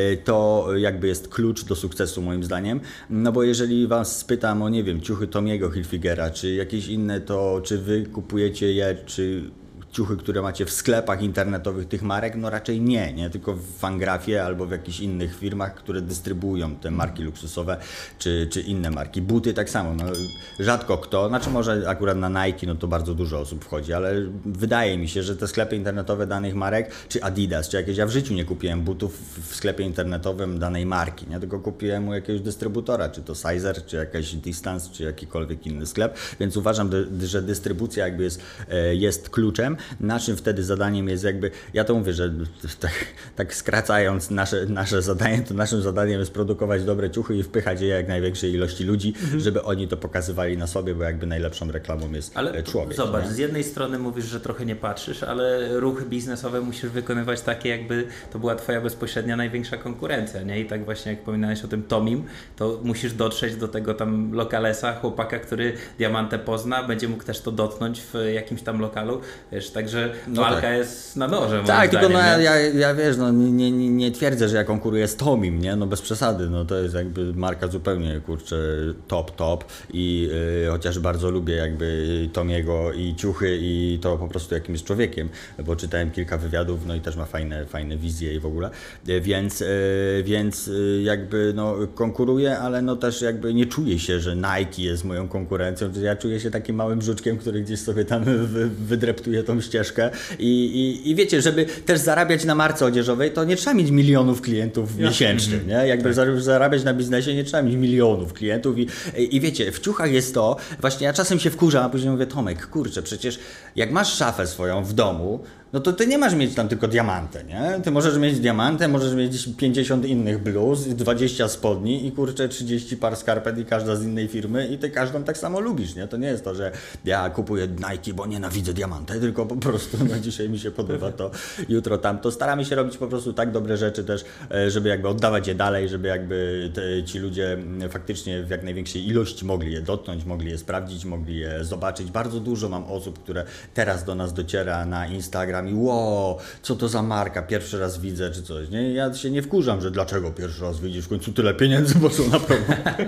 to jakby jest klucz do sukcesu moim zdaniem, no bo jeżeli was spytam o, nie wiem, ciuchy Tomiego Hilfigera, czy jakieś inne, to czy wy kupujecie je, czy ciuchy, które macie w sklepach internetowych tych marek, no raczej nie, nie, tylko w Fangrafie albo w jakichś innych firmach, które dystrybuują te marki luksusowe, czy, czy inne marki. Buty tak samo, no, rzadko kto, znaczy może akurat na Nike, no to bardzo dużo osób wchodzi, ale wydaje mi się, że te sklepy internetowe danych marek, czy Adidas, czy jakieś, ja w życiu nie kupiłem butów w sklepie internetowym danej marki, nie, tylko kupiłem u jakiegoś dystrybutora, czy to Sizer, czy jakaś Distance, czy jakikolwiek inny sklep, więc uważam, że dystrybucja jakby jest, jest kluczem. Naszym wtedy zadaniem jest jakby, ja to mówię, że tak, tak skracając nasze, nasze zadanie, to naszym zadaniem jest produkować dobre ciuchy i wpychać je jak największej ilości ludzi, mhm. żeby oni to pokazywali na sobie, bo jakby najlepszą reklamą jest ale człowiek. Zobacz, nie? Z jednej strony mówisz, że trochę nie patrzysz, ale ruchy biznesowe musisz wykonywać takie, jakby to była twoja bezpośrednia największa konkurencja, nie? I tak właśnie jak wspominałeś o tym Tomim, to musisz dotrzeć do tego tam lokalesa, chłopaka, który diamantę pozna, będzie mógł też to dotknąć w jakimś tam lokalu, wiesz, także no walka tak. jest na noże. Tak, tylko zdaniem, no, ja, ja wiesz, no, nie, nie, nie twierdzę, że ja konkuruję z Tomim, nie? No bez przesady, no to jest jakby marka zupełnie, kurczę, top, top i y, chociaż bardzo lubię jakby Tomiego i ciuchy i to po prostu jakim jest człowiekiem, bo czytałem kilka wywiadów, no i też ma fajne, fajne wizje i w ogóle, więc, y, więc y, jakby no konkuruję, ale no też jakby nie czuję się, że Nike jest moją konkurencją, ja czuję się takim małym żuczkiem, który gdzieś sobie tam wy, wydreptuje tą ścieżkę. I, i, I wiecie, żeby też zarabiać na marce odzieżowej, to nie trzeba mieć milionów klientów ja. miesięcznie, nie? Jakby tak. zarabiać na biznesie nie trzeba mieć milionów klientów i, i, i wiecie, w ciuchach jest to, właśnie ja czasem się wkurzam, a później mówię, Tomek, kurczę, przecież jak masz szafę swoją w domu, no to ty nie masz mieć tam tylko diamantę, nie? Ty możesz mieć diamantę, możesz mieć pięćdziesiąt innych bluz, dwadzieścia spodni i kurczę trzydzieści par skarpet i każda z innej firmy i ty każdą tak samo lubisz, nie? To nie jest to, że ja kupuję Nike, bo nienawidzę diamantę, tylko po prostu no dzisiaj mi się podoba to, jutro tamto. Staramy się robić po prostu tak dobre rzeczy też, żeby jakby oddawać je dalej, żeby jakby te, ci ludzie faktycznie w jak największej ilości mogli je dotknąć, mogli je sprawdzić, mogli je zobaczyć. Bardzo dużo mam osób, które teraz do nas dociera na Instagram i wow, co to za marka, pierwszy raz widzę, czy coś, nie? Ja się nie wkurzam, że dlaczego pierwszy raz widzisz, w końcu tyle pieniędzy poszło na promo.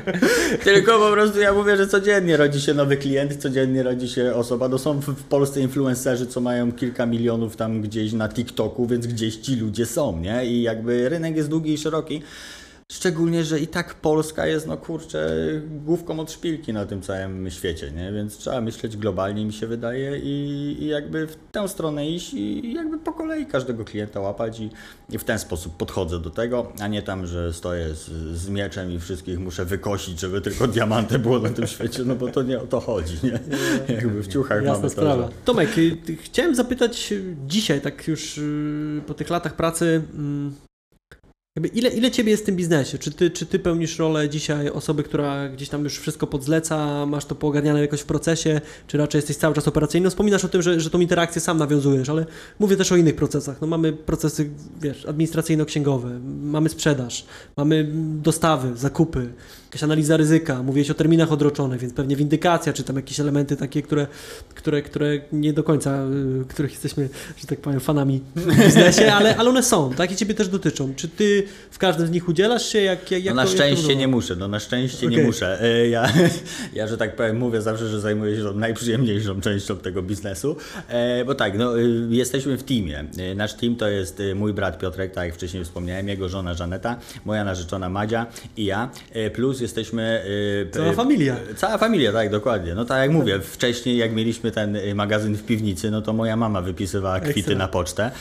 Tylko po prostu ja mówię, że codziennie rodzi się nowy klient, codziennie rodzi się osoba, no są w Polsce influencerzy, co mają kilka milionów tam gdzieś na TikToku, więc gdzieś ci ludzie są, nie? I jakby rynek jest długi i szeroki. Szczególnie, że i tak Polska jest, no kurczę, główką od szpilki na tym całym świecie, nie? Więc trzeba myśleć globalnie, mi się wydaje, i, i jakby w tę stronę iść i jakby po kolei każdego klienta łapać i, i w ten sposób podchodzę do tego, a nie tam, że stoję z, z mieczem i wszystkich muszę wykosić, żeby tylko diamanty było na tym świecie, no bo to nie o to chodzi, nie? Jakby w ciuchach Jasna mamy sprawa. to, że... Tomek, chciałem zapytać dzisiaj, tak już po tych latach pracy, Jakby ile, ile ciebie jest w tym biznesie? Czy ty, czy ty pełnisz rolę dzisiaj osoby, która gdzieś tam już wszystko podzleca, masz to poogarniane jakoś w procesie, czy raczej jesteś cały czas operacyjny? No, wspominasz o tym, że, że tą interakcję sam nawiązujesz, ale mówię też o innych procesach. No mamy procesy, wiesz, administracyjno-księgowe, mamy sprzedaż, mamy dostawy, zakupy, jakaś analiza ryzyka, mówiłeś o terminach odroczonych, więc pewnie windykacja, czy tam jakieś elementy takie, które, które, które nie do końca, których jesteśmy, że tak powiem, fanami w biznesie, ale, ale one są, tak? I ciebie też dotyczą. Czy ty w każdym z nich udzielasz się? Jak, jak, no na jak szczęście to nie muszę, no na szczęście okay. nie muszę. Ja, ja, że tak powiem, mówię zawsze, że zajmuję się tą najprzyjemniejszą częścią tego biznesu, bo tak, no jesteśmy w teamie. Nasz team to jest mój brat Piotrek, tak jak wcześniej wspomniałem, jego żona Żaneta, moja narzeczona Madzia i ja, plus jesteśmy... Cała familia. Cała familia, tak, dokładnie. No tak jak mówię, wcześniej jak mieliśmy ten magazyn w piwnicy, no to moja mama wypisywała kwity Ekstra. na pocztę.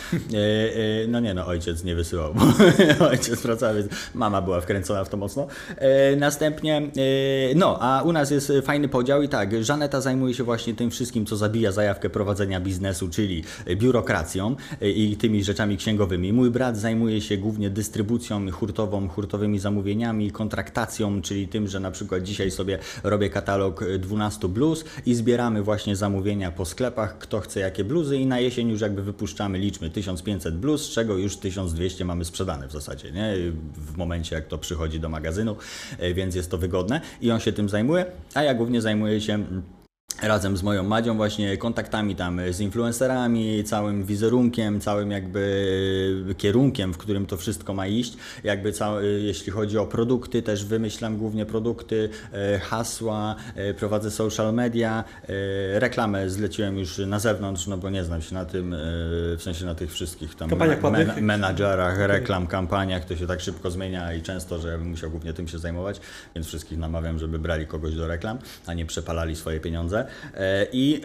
No nie no, ojciec nie wysyłał, bo ojciec pracował, więc mama była wkręcona w to mocno. Następnie, no, a u nas jest fajny podział i tak, Żaneta zajmuje się właśnie tym wszystkim, co zabija zajawkę prowadzenia biznesu, czyli biurokracją i tymi rzeczami księgowymi. Mój brat zajmuje się głównie dystrybucją hurtową, hurtowymi zamówieniami, kontraktacją, czyli tym, że na przykład dzisiaj sobie robię katalog dwunastu bluz i zbieramy właśnie zamówienia po sklepach, kto chce jakie bluzy i na jesień już jakby wypuszczamy, liczmy tysiąc pięćset bluz, z czego już tysiąc dwieście mamy sprzedane w zasadzie, nie? W momencie jak to przychodzi do magazynu, więc jest to wygodne i on się tym zajmuje, a ja głównie zajmuję się razem z moją Madzią właśnie kontaktami tam z influencerami, całym wizerunkiem, całym jakby kierunkiem, w którym to wszystko ma iść. Jakby całe, jeśli chodzi o produkty, też wymyślam głównie produkty, hasła, prowadzę social media, reklamę zleciłem już na zewnątrz, no bo nie znam się na tym, w sensie na tych wszystkich tam men- menadżerach, reklam, kampaniach, to się tak szybko zmienia i często, że ja bym musiał głównie tym się zajmować, więc wszystkich namawiam, żeby brali kogoś do reklam, a nie przepalali swoje pieniądze. I,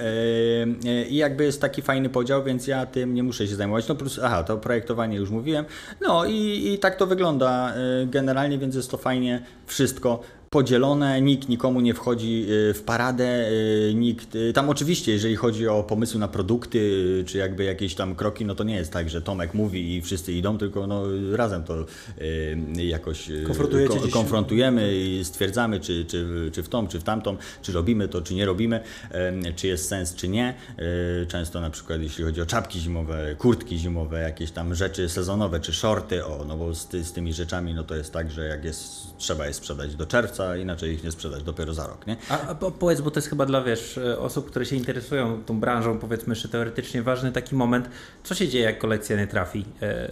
I jakby jest taki fajny podział, więc ja tym nie muszę się zajmować. No plus, aha, to projektowanie już mówiłem. No i, i tak to wygląda generalnie, więc jest to fajnie wszystko podzielone, nikt nikomu nie wchodzi w paradę, nikt, tam oczywiście jeżeli chodzi o pomysły na produkty, czy jakby jakieś tam kroki, no to nie jest tak, że Tomek mówi i wszyscy idą, tylko no razem to jakoś ko- konfrontujemy i stwierdzamy, czy, czy, czy w tą, czy w tamtą, czy robimy to, czy nie robimy, czy jest sens, czy nie. Często na przykład jeśli chodzi o czapki zimowe, kurtki zimowe, jakieś tam rzeczy sezonowe, czy shorty, o, no bo z, ty, z tymi rzeczami, no to jest tak, że jak jest, trzeba je sprzedać do czerwca, inaczej ich nie sprzedać dopiero za rok, nie? A, a powiedz, bo to jest chyba dla, wiesz, osób, które się interesują tą branżą, powiedzmy, że teoretycznie ważny taki moment, co się dzieje, jak kolekcja nie trafi?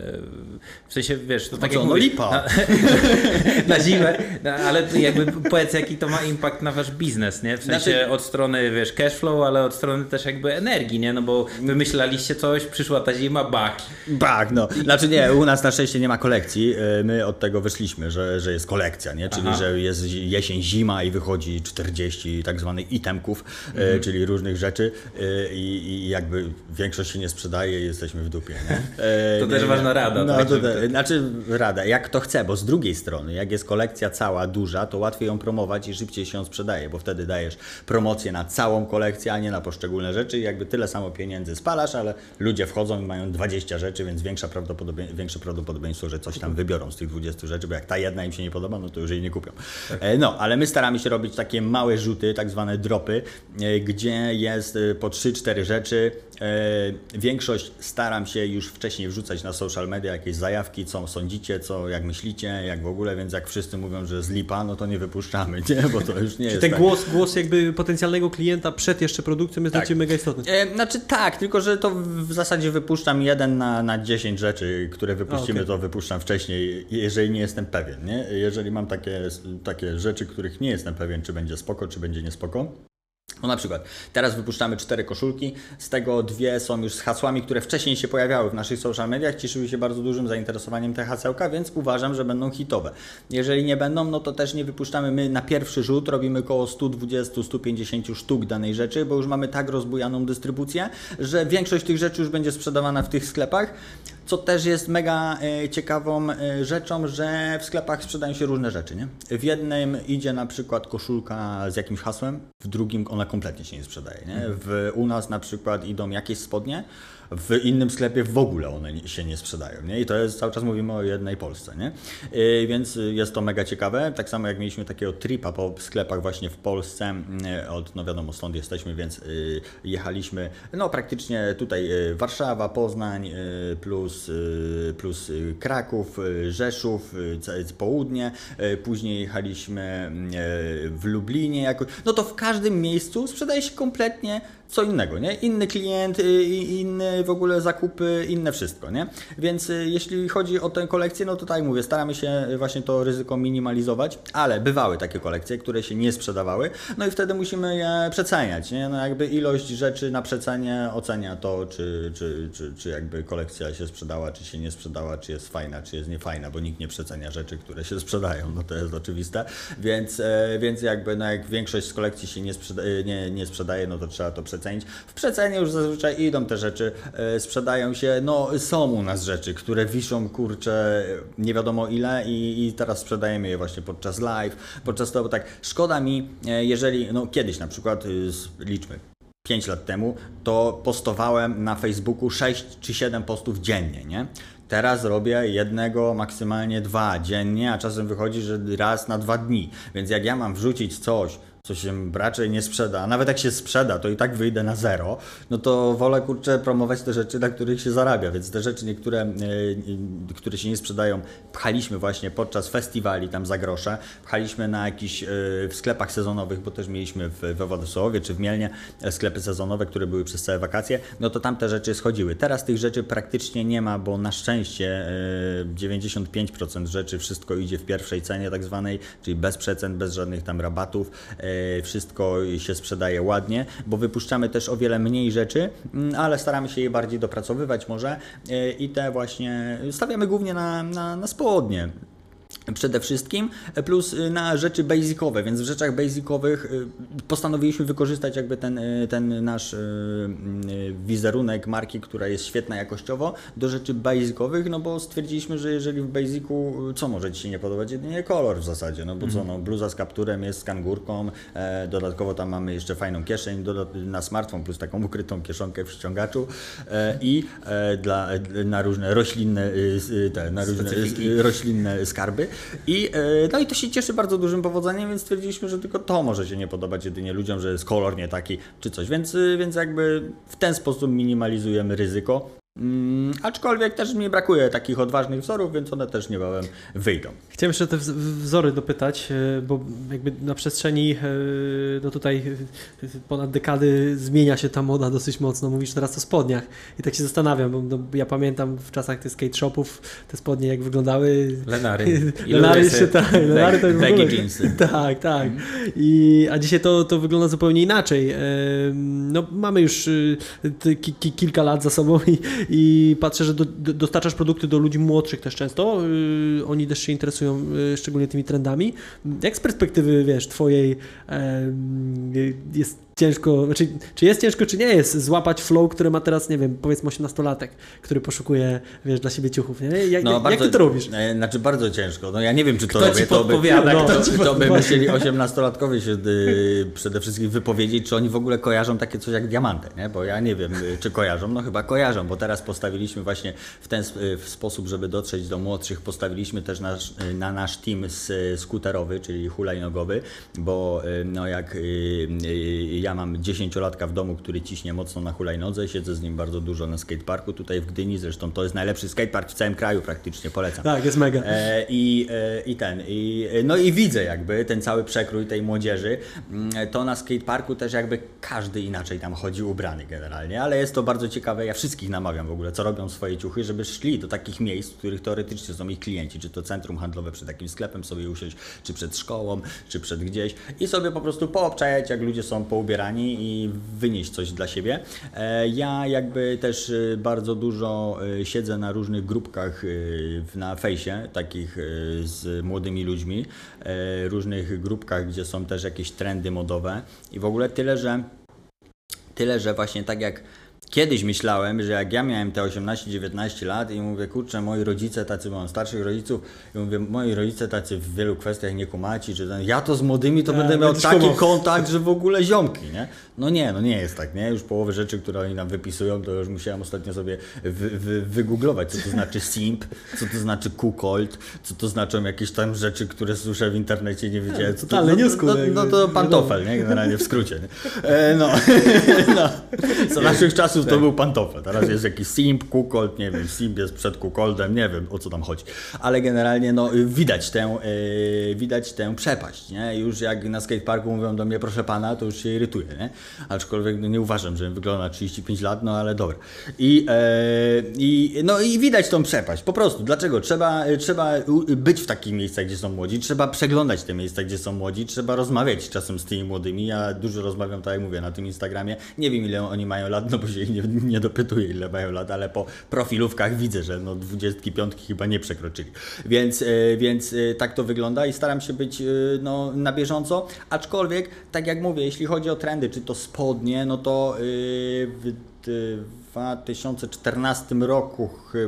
W sensie, wiesz, to no tak co, jak no mówisz, lipa. Na, na zimę, no, ale jakby powiedz, jaki to ma impact na wasz biznes, nie? W sensie znaczy... od strony, wiesz, cashflow, ale od strony też jakby energii, nie? No bo wymyślaliście coś, przyszła ta zima, bak. Bak, no. Znaczy nie, u nas na szczęście nie ma kolekcji, my od tego wyszliśmy, że, że jest kolekcja, nie? Czyli, Aha. że jest jesień, zima i wychodzi czterdzieści tak zwanych itemków, mm. e, czyli różnych rzeczy e, i, i jakby większość się nie sprzedaje i jesteśmy w dupie. Nie? E, to nie, też ważna rada. No, tak, to, to, znaczy rada, jak kto chce, bo z drugiej strony, jak jest kolekcja cała, duża, to łatwiej ją promować i szybciej się ją sprzedaje, bo wtedy dajesz promocję na całą kolekcję, a nie na poszczególne rzeczy i jakby tyle samo pieniędzy spalasz, ale ludzie wchodzą i mają dwadzieścia rzeczy, więc większa prawdopodobie, większe prawdopodobieństwo, że coś tam wybiorą z tych dwudziestu rzeczy, bo jak ta jedna im się nie podoba, no to już jej nie kupią. E, no, ale my staramy się robić takie małe rzuty, tak zwane dropy, gdzie jest po trzy cztery rzeczy. Większość staram się już wcześniej wrzucać na social media jakieś zajawki, co sądzicie, co jak myślicie, jak w ogóle, więc jak wszyscy mówią, że z lipa, no to nie wypuszczamy, nie? Bo to już nie jest ten tak. głos, głos jakby potencjalnego klienta przed jeszcze produkcją jest tak. dla Ciebie mega istotny. E, znaczy tak, tylko że to w zasadzie wypuszczam jeden na, na dziesięć rzeczy, które wypuścimy, A, okay. to wypuszczam wcześniej, jeżeli nie jestem pewien, nie? Jeżeli mam takie, takie rzeczy, których nie jestem pewien, czy będzie spoko, czy będzie niespoko. No na przykład, teraz wypuszczamy cztery koszulki, z tego dwie są już z hasłami, które wcześniej się pojawiały w naszych social mediach, cieszyły się bardzo dużym zainteresowaniem te hasełka, więc uważam, że będą hitowe. Jeżeli nie będą, no to też nie wypuszczamy, my na pierwszy rzut robimy około sto dwadzieścia do stu pięćdziesięciu sztuk danej rzeczy, bo już mamy tak rozbujaną dystrybucję, że większość tych rzeczy już będzie sprzedawana w tych sklepach, co też jest mega e, ciekawą e, rzeczą, że w sklepach sprzedają się różne rzeczy, nie? W jednym idzie na przykład koszulka z jakimś hasłem, w drugim ona ona kompletnie się nie sprzedaje. Nie? W, u nas na przykład idą jakieś spodnie, w innym sklepie w ogóle one nie, się nie sprzedają, nie? I to jest, cały czas mówimy o jednej Polsce, nie? Yy, więc jest to mega ciekawe, tak samo jak mieliśmy takiego tripa po sklepach właśnie w Polsce, yy, od, no wiadomo stąd jesteśmy, więc yy, jechaliśmy, no praktycznie tutaj yy, Warszawa, Poznań, yy, plus, yy, plus yy, Kraków, yy, Rzeszów, yy, południe, yy, później jechaliśmy yy, w Lublinie jakoś, no to w każdym miejscu sprzedaje się kompletnie co innego, nie? Inny klient, yy, inny w ogóle zakupy, inne wszystko, nie? Więc y, jeśli chodzi o tę kolekcję, no to tak jak mówię, staramy się właśnie to ryzyko minimalizować, ale bywały takie kolekcje, które się nie sprzedawały, no i wtedy musimy je przeceniać, nie? No jakby ilość rzeczy na przecenie ocenia to, czy, czy, czy, czy jakby kolekcja się sprzedała, czy się nie sprzedała, czy jest fajna, czy jest niefajna, bo nikt nie przecenia rzeczy, które się sprzedają, no to jest oczywiste, więc, e, więc jakby no jak większość z kolekcji się nie, sprzeda nie, nie sprzedaje, no to trzeba to przecenić. W przecenie już zazwyczaj idą te rzeczy, sprzedają się, no są u nas rzeczy, które wiszą, kurczę, nie wiadomo ile i, i teraz sprzedajemy je właśnie podczas live, podczas tego, bo tak, szkoda mi, jeżeli, no kiedyś na przykład, liczmy, pięć lat temu, to postowałem na Facebooku sześć czy siedem postów dziennie, nie? Teraz robię jednego, maksymalnie dwa dziennie, a czasem wychodzi, że raz na dwa dni, więc jak ja mam wrzucić coś, co się raczej nie sprzeda, a nawet jak się sprzeda, to i tak wyjdę na zero, no to wolę, kurczę, promować te rzeczy, na których się zarabia, więc te rzeczy niektóre, yy, które się nie sprzedają, pchaliśmy właśnie podczas festiwali tam za grosze, pchaliśmy na jakichś yy, w sklepach sezonowych, bo też mieliśmy w, we Władysławowie czy w Mielnie sklepy sezonowe, które były przez całe wakacje, no to tam te rzeczy schodziły. Teraz tych rzeczy praktycznie nie ma, bo na szczęście yy, dziewięćdziesiąt pięć procent rzeczy, wszystko idzie w pierwszej cenie tak zwanej, czyli bez przecen, bez żadnych tam rabatów, yy, wszystko się sprzedaje ładnie, bo wypuszczamy też o wiele mniej rzeczy, ale staramy się je bardziej dopracowywać może i te właśnie stawiamy głównie na, na, na spodnie. Przede wszystkim, plus na rzeczy basicowe, więc w rzeczach basicowych postanowiliśmy wykorzystać jakby ten, ten nasz wizerunek marki, która jest świetna jakościowo, do rzeczy basicowych, no bo stwierdziliśmy, że jeżeli w basicu, co może Ci się nie podobać? Jedynie kolor w zasadzie, no bo co, no bluza z kapturem jest z kangurką, dodatkowo tam mamy jeszcze fajną kieszeń na smartfon, plus taką ukrytą kieszonkę w ściągaczu i dla, na różne roślinne, te, na różne roślinne skarby. I, no i to się cieszy bardzo dużym powodzeniem, więc stwierdziliśmy, że tylko to może się nie podobać jedynie ludziom, że jest kolor nie taki czy coś, więc, więc jakby w ten sposób minimalizujemy ryzyko. Hmm, aczkolwiek też mi brakuje takich odważnych wzorów, więc one też niebawem wyjdą. Chciałem jeszcze te wzory dopytać, bo jakby na przestrzeni no tutaj ponad dekady zmienia się ta moda dosyć mocno. Mówisz teraz o spodniach i tak się zastanawiam, bo no, ja pamiętam w czasach tych skate shopów te spodnie jak wyglądały. Lenary. Lenary jeszcze tak. Lenary to baggy jeansy. Tak, tak. I, a dzisiaj to, to wygląda zupełnie inaczej. No mamy już ki, ki, kilka lat za sobą i I patrzę, że do, do, dostarczasz produkty do ludzi młodszych też często. Yy, oni też się interesują yy, szczególnie tymi trendami. Jak z perspektywy, wiesz, twojej yy, jest ciężko, znaczy, czy jest ciężko, czy nie jest złapać flow, który ma teraz, nie wiem, powiedzmy osiemnastolatek, który poszukuje, wiesz, dla siebie ciuchów, nie? Jak, no, jak, bardzo, jak ty to robisz? Znaczy bardzo ciężko. No ja nie wiem, czy to Kto robię. ci podpowiada, to by, kto to, ci to by musieli osiemnastolatkowie się y, przede wszystkim wypowiedzieć, czy oni w ogóle kojarzą takie coś jak diamanty, nie? Bo ja nie wiem, y, czy kojarzą. No chyba kojarzą, bo teraz postawiliśmy właśnie w ten y, w sposób, żeby dotrzeć do młodszych, postawiliśmy też nasz, y, na nasz team z, y, skuterowy, czyli hulajnogowy, bo y, no jak y, y, ja mam dziesięciolatka w domu, który ciśnie mocno na hulajnodze, siedzę z nim bardzo dużo na skateparku tutaj w Gdyni, zresztą to jest najlepszy skatepark w całym kraju praktycznie, polecam. Tak, jest mega. E, i, e, I ten, i, no i widzę jakby ten cały przekrój tej młodzieży, to na skateparku też jakby każdy inaczej tam chodzi ubrany generalnie, ale jest to bardzo ciekawe, ja wszystkich namawiam w ogóle, co robią swoje ciuchy, żeby szli do takich miejsc, w których teoretycznie są ich klienci, czy to centrum handlowe przed takim sklepem sobie usiąść, czy przed szkołą, czy przed gdzieś i sobie po prostu poobczajać, jak ludzie są poubierani i wynieść coś dla siebie. Ja jakby też bardzo dużo siedzę na różnych grupkach na fejsie, takich z młodymi ludźmi, różnych grupkach, gdzie są też jakieś trendy modowe i w ogóle tyle, że tyle, że właśnie tak jak Kiedyś myślałem, że jak ja miałem te osiemnaście dziewiętnaście lat i mówię, kurczę, moi rodzice tacy, mam starszych rodziców, i mówię, moi rodzice tacy w wielu kwestiach nie kumaci, czy ten, ja to z młodymi to Ja, będę miał taki kumał. kontakt, że w ogóle ziomki, nie? No nie, no nie jest tak, nie? Już połowę rzeczy, które oni nam wypisują, to już musiałem ostatnio sobie wy, wy, wygooglować, co to znaczy simp, co to znaczy kuckold, co to znaczą jakieś tam rzeczy, które słyszę w internecie, nie wiedziałem. Co to, totalny no, newschool, no, no, no to pantofel, nie? Generalnie w skrócie, nie? E, no. no. Za naszych czasów to był pantofel, teraz jest jakiś simp, kuckold, nie wiem, simp jest przed kuckoldem, nie wiem o co tam chodzi, ale generalnie no widać tę, yy, widać tę przepaść, nie? Już jak na skateparku mówią do mnie proszę pana, to już się irytuję, nie? Aczkolwiek no, nie uważam, że wygląda na trzydzieści pięć lat, no ale dobra. I, yy, i, no, i widać tą przepaść, po prostu. Dlaczego? Trzeba, trzeba być w takich miejscach, gdzie są młodzi, trzeba przeglądać te miejsca, gdzie są młodzi, trzeba rozmawiać czasem z tymi młodymi. Ja dużo rozmawiam, tak jak mówię, na tym Instagramie. Nie wiem, ile oni mają lat, no bo się ich nie, nie dopytuję, ile mają lat, ale po profilówkach widzę, że no dwudziestki piątki chyba nie przekroczyli. Więc, yy, więc yy, tak to wygląda i staram się być yy, no, na bieżąco, aczkolwiek, tak jak mówię, jeśli chodzi o trendy, czy to spodnie, no to yy, w dwa tysiące czternastym roku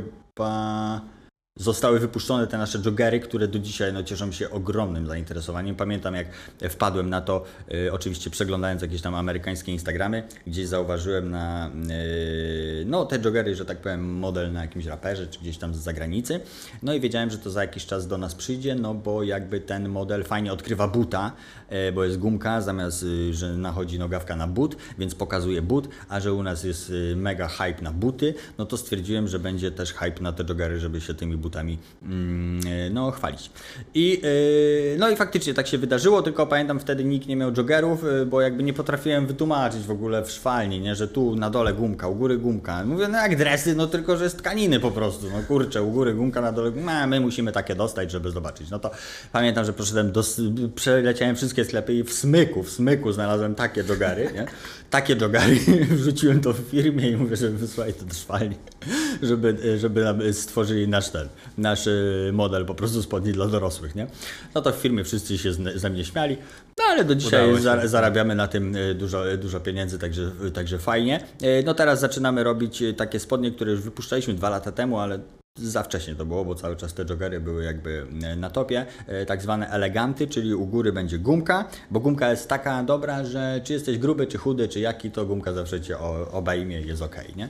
chyba zostały wypuszczone te nasze joggery, które do dzisiaj no, cieszą się ogromnym zainteresowaniem. Pamiętam, jak wpadłem na to, y, oczywiście przeglądając jakieś tam amerykańskie Instagramy, gdzieś zauważyłem na y, no, te joggery, że tak powiem, model na jakimś raperze, czy gdzieś tam z zagranicy. No i wiedziałem, że to za jakiś czas do nas przyjdzie, no bo jakby ten model fajnie odkrywa buta, y, bo jest gumka, zamiast, y, że nachodzi nogawka na but, więc pokazuje but, a że u nas jest y, mega hype na buty, no to stwierdziłem, że będzie też hype na te joggery, żeby się tymi butami no, chwalić. I, yy, no i faktycznie tak się wydarzyło, tylko pamiętam wtedy nikt nie miał joggerów, yy, bo jakby nie potrafiłem wytłumaczyć w ogóle w szwalni, nie, że tu na dole gumka, u góry gumka. Mówię, no jak dresy, no tylko, że z tkaniny po prostu. No kurczę, u góry gumka, na dole gumka. No, my musimy takie dostać, żeby zobaczyć. No to pamiętam, że poszedłem do, przeleciałem wszystkie sklepy i w Smyku, w Smyku znalazłem takie joggery, nie? Takie joggery, wrzuciłem to w firmie i mówię, żeby wysłali to do szwalni, żeby, żeby nam stworzyli nasz ten, nasz model po prostu spodni dla dorosłych, nie? No to w firmie wszyscy się ze mnie śmiali, no ale do dzisiaj za, zarabiamy na tym dużo, dużo pieniędzy, także, także fajnie. No teraz zaczynamy robić takie spodnie, które już wypuszczaliśmy dwa lata temu, ale za wcześnie to było, bo cały czas te joggery były jakby na topie, tak zwane eleganty, czyli u góry będzie gumka, bo gumka jest taka dobra, że czy jesteś gruby, czy chudy, czy jaki, to gumka zawsze cię obejmie i jest ok, nie?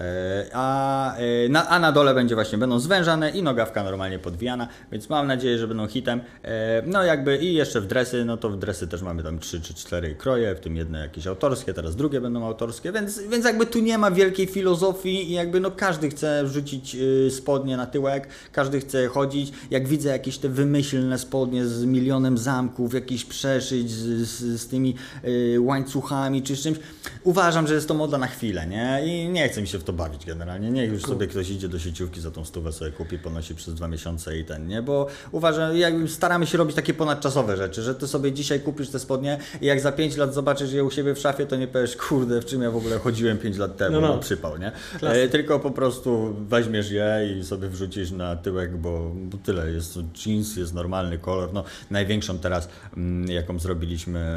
A na, a na dole będzie właśnie, będą zwężane i nogawka normalnie podwijana, więc mam nadzieję, że będą hitem. No jakby i jeszcze w dresy, no to w dresy też mamy tam trzy czy cztery kroje, w tym jedne jakieś autorskie, teraz drugie będą autorskie, więc, więc jakby tu nie ma wielkiej filozofii i jakby no każdy chce wrzucić spodnie na tyłek, każdy chce chodzić. Jak widzę jakieś te wymyślne spodnie z milionem zamków, jakiś przeszyć z, z, z tymi y, łańcuchami czy z czymś, uważam, że jest to moda na chwilę, nie? I nie chcę mi się w to bawić generalnie. Niech już sobie ktoś idzie do sieciówki za tą stówę, sobie kupi, ponosi przez dwa miesiące i ten, nie? Bo uważam, jakby staramy się robić takie ponadczasowe rzeczy, że ty sobie dzisiaj kupisz te spodnie i jak za pięć lat zobaczysz je u siebie w szafie, to nie powiesz, kurde, w czym ja w ogóle chodziłem pięć lat temu, no, no. przypał, nie? E, tylko po prostu weźmiesz je i sobie wrzucisz na tyłek, bo, bo tyle, jest jeans, jest normalny kolor, no największą teraz, m, jaką zrobiliśmy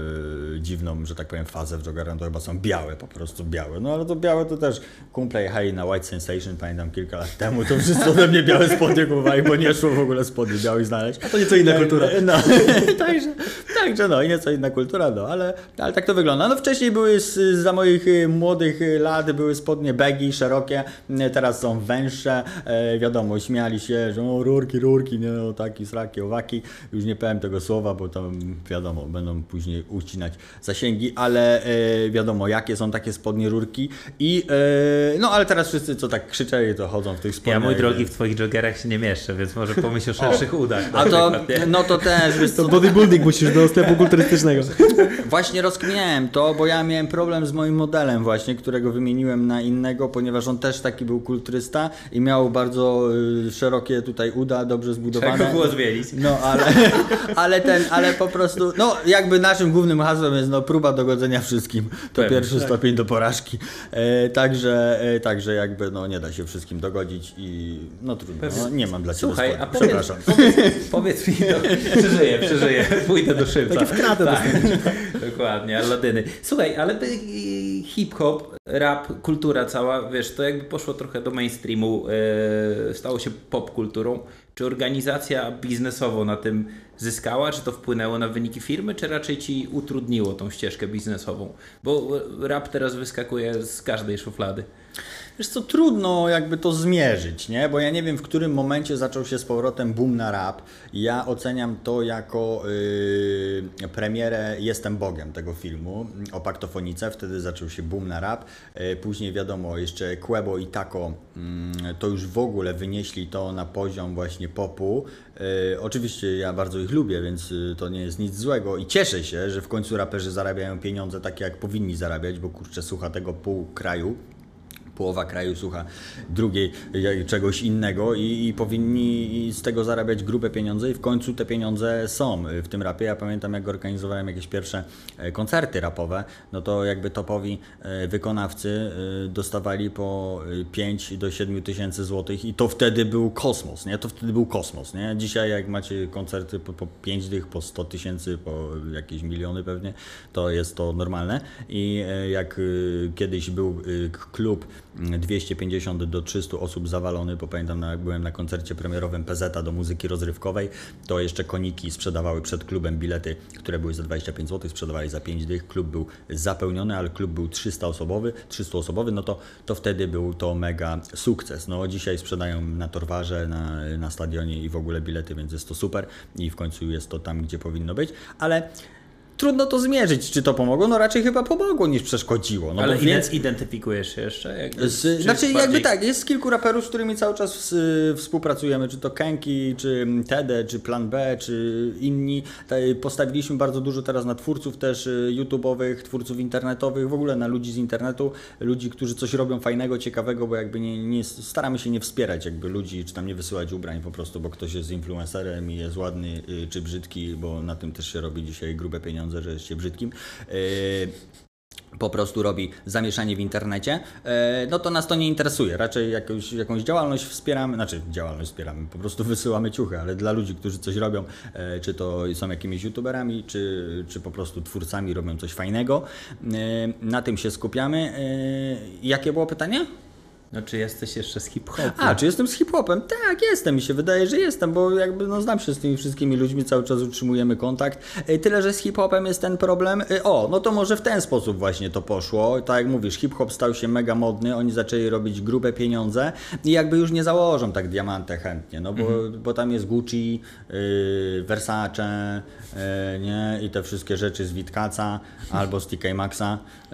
yy, dziwną, że tak powiem, fazę w joggerach, to chyba są białe, po prostu białe, no ale to białe to też kumple jechali na White Sensation, pamiętam kilka lat temu, to wszyscy ode mnie białe spodnie kupowali, bo nie szło w ogóle spodni białych znaleźć. A to nieco inna kultura. No, także, także no, nieco inna kultura, no, ale, ale tak to wygląda. No wcześniej były z, za moich młodych lat, były spodnie baggy, szerokie, teraz są węższe, e, wiadomo, śmiali się, że o, rurki, rurki, nie, o taki, sraki, owaki, już nie powiem tego słowa, bo tam wiadomo, będą później ucinać zasięgi, ale e, wiadomo, jakie są takie spodnie rurki i e, no, ale teraz wszyscy, co tak krzyczeli, to chodzą w tych spodniach. Ja, mój drogi, w twoich joggerach się nie mieszczę, więc może pomyśl o szerszych udach. A to, no to też, wiesz co, to bodybuilding musisz do sklepu kulturystycznego. Właśnie rozkminiałem to, bo ja miałem problem z moim modelem właśnie, którego wymieniłem na innego, ponieważ on też taki był kulturysta i miał bardzo y, szerokie tutaj uda, dobrze zbudowane. Trzeba było zmienić. No, ale, ale ten, ale po prostu, no jakby naszym głównym hasłem jest no próba dogodzenia wszystkim. To Pewnie, pierwszy tak. stopień do porażki. E, także, e, także jakby no nie da się wszystkim dogodzić i no trudno, no, nie mam dla Ciebie Słuchaj, spodu. a powiedz, Przepraszam. Powiedz, powiedz mi, no, przeżyję, przeżyję, pójdę do szyby. szybca. Takie w kratę tak, dokładnie, Aladyny. Słuchaj, ale by hip-hop, rap, kultura cała, wiesz, to jakby poszło trochę do mainstreamu, yy, stało się pop-kulturą. Czy organizacja biznesowo na tym zyskała? Czy to wpłynęło na wyniki firmy? Czy raczej ci utrudniło tą ścieżkę biznesową? Bo rap teraz wyskakuje z każdej szuflady. Wiesz co, trudno jakby to zmierzyć, nie? Bo ja nie wiem, w którym momencie zaczął się z powrotem boom na rap. Ja oceniam to jako yy, premierę Jestem Bogiem tego filmu o paktofonice. Wtedy zaczął się boom na rap. Yy, później wiadomo, jeszcze Quebo i Taco yy, to już w ogóle wynieśli to na poziom właśnie popu. Yy, oczywiście ja bardzo ich lubię, więc yy, to nie jest nic złego i cieszę się, że w końcu raperzy zarabiają pieniądze takie, jak powinni zarabiać, bo kurczę, słucha tego pół kraju. Połowa kraju słucha drugiej czegoś innego i, i powinni z tego zarabiać grube pieniądze i w końcu te pieniądze są w tym rapie. Ja pamiętam, jak organizowałem jakieś pierwsze koncerty rapowe, no to jakby topowi wykonawcy dostawali po pięć do siedmiu tysięcy złotych i to wtedy był kosmos, nie? To wtedy był kosmos, nie? Dzisiaj jak macie koncerty po, po pięć dych, po sto tysięcy, po jakieś miliony pewnie, to jest to normalne i jak kiedyś był klub dwieście pięćdziesiąt do trzystu osób zawalony, bo pamiętam, jak byłem na koncercie premierowym P Z a do muzyki rozrywkowej, to jeszcze koniki sprzedawały przed klubem bilety, które były za dwadzieścia pięć złotych, sprzedawali za pięć dych, klub był zapełniony, ale klub był trzysta osobowy, trzysta osobowy, no to, to wtedy był to mega sukces. No dzisiaj sprzedają na Torwarze, na, na stadionie i w ogóle bilety, więc jest to super i w końcu jest to tam, gdzie powinno być, ale trudno to zmierzyć, czy to pomogło. No raczej chyba pomogło niż przeszkodziło. No ale bo więc identyfikujesz się jeszcze? Jakby, z, znaczy bardziej... jakby tak, jest kilku raperów, z którymi cały czas w, współpracujemy, czy to Kenki, czy Tede, czy Plan B, czy inni. Postawiliśmy bardzo dużo teraz na twórców też YouTube'owych, twórców internetowych, w ogóle na ludzi z internetu, ludzi, którzy coś robią fajnego, ciekawego, bo jakby nie, nie staramy się nie wspierać jakby ludzi, czy tam nie wysyłać ubrań po prostu, bo ktoś jest influencerem i jest ładny, czy brzydki, bo na tym też się robi dzisiaj grube pieniądze, że jest się brzydkim, yy, po prostu robi zamieszanie w internecie, yy, no to nas to nie interesuje. Raczej jakąś, jakąś działalność wspieramy, znaczy działalność wspieramy, po prostu wysyłamy ciuchy, ale dla ludzi, którzy coś robią, yy, czy to są jakimiś youtuberami, czy, czy po prostu twórcami, robią coś fajnego, yy, na tym się skupiamy. Yy, jakie było pytanie? No czy jesteś jeszcze z hip-hopem? A, czy jestem z hip-hopem? Tak, jestem. Mi się wydaje, że jestem, bo jakby no, znam się z tymi wszystkimi ludźmi, cały czas utrzymujemy kontakt. Tyle, że z hip-hopem jest ten problem. O, no to może w ten sposób właśnie to poszło. Tak jak mówisz, hip-hop stał się mega modny, oni zaczęli robić grube pieniądze i jakby już nie założą tak diamantę chętnie, no bo, mhm. bo tam jest Gucci, yy, Versace, yy, nie? I te wszystkie rzeczy z Witkaca albo z T K Maxa,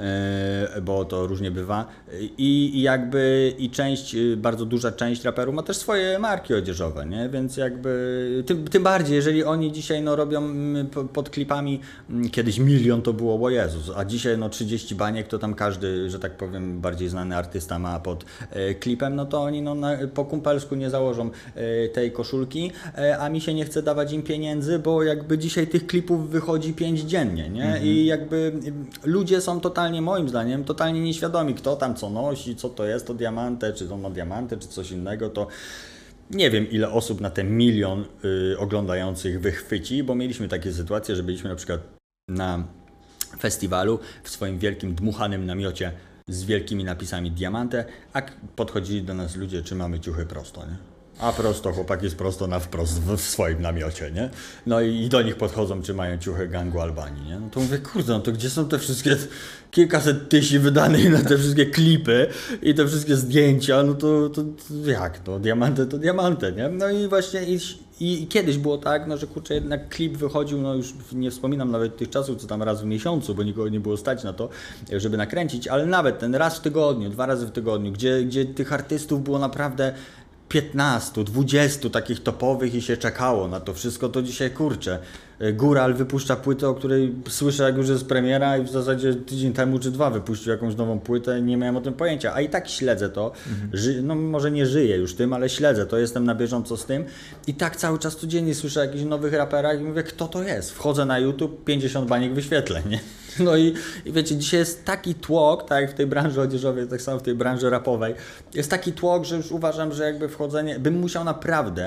yy, bo to różnie bywa. I, i jakby i część, bardzo duża część raperów ma też swoje marki odzieżowe, nie? Więc jakby tym, tym bardziej, jeżeli oni dzisiaj no, robią pod klipami, kiedyś milion to było, o Jezus, a dzisiaj no trzydzieści baniek to tam każdy, że tak powiem, bardziej znany artysta ma pod e, klipem, no to oni no, na, po kumpelsku nie założą e, tej koszulki, e, a mi się nie chce dawać im pieniędzy, bo jakby dzisiaj tych klipów wychodzi pięć dziennie, nie? Mhm. I jakby ludzie są totalnie, moim zdaniem, totalnie nieświadomi, kto tam co nosi, co to jest, to diamant, czy to ma diamanty, czy coś innego, to nie wiem, ile osób na ten milion y, oglądających wychwyci, bo mieliśmy takie sytuacje, że byliśmy na przykład na festiwalu w swoim wielkim dmuchanym namiocie z wielkimi napisami diamantę, a podchodzili do nas ludzie, czy mamy ciuchy prosto, nie? A prosto, chłopak jest prosto na wprost w, w swoim namiocie, nie? No i, i do nich podchodzą, czy mają ciuchy gangu Albanii, nie? No to mówię, kurde, no to gdzie są te wszystkie kilkaset tysięcy wydanych na te wszystkie klipy i te wszystkie zdjęcia, no to, to, to jak? No diamanty to diamanty, nie? No i właśnie i, i, i kiedyś było tak, no że kurczę, jednak klip wychodził, no już nie wspominam nawet tych czasów, co tam raz w miesiącu, bo nikogo nie było stać na to, żeby nakręcić, ale nawet ten raz w tygodniu, dwa razy w tygodniu, gdzie, gdzie tych artystów było naprawdę piętnastu, dwudziestu takich topowych i się czekało na to wszystko, to dzisiaj kurczę. Góral wypuszcza płytę, o której słyszę, jak już jest premiera i w zasadzie tydzień temu czy dwa wypuścił jakąś nową płytę i nie miałem o tym pojęcia, a i tak śledzę to, mhm. Ży- no może nie żyję już tym, ale śledzę to, jestem na bieżąco z tym i tak cały czas codziennie słyszę o jakichś nowych raperach i mówię, kto to jest? Wchodzę na YouTube, pięćdziesiąt baniek wyświetleń, nie? No i, i wiecie, dzisiaj jest taki tłok, tak jak w tej branży odzieżowej, tak samo w tej branży rapowej, jest taki tłok, że już uważam, że jakby wchodzenie, bym musiał naprawdę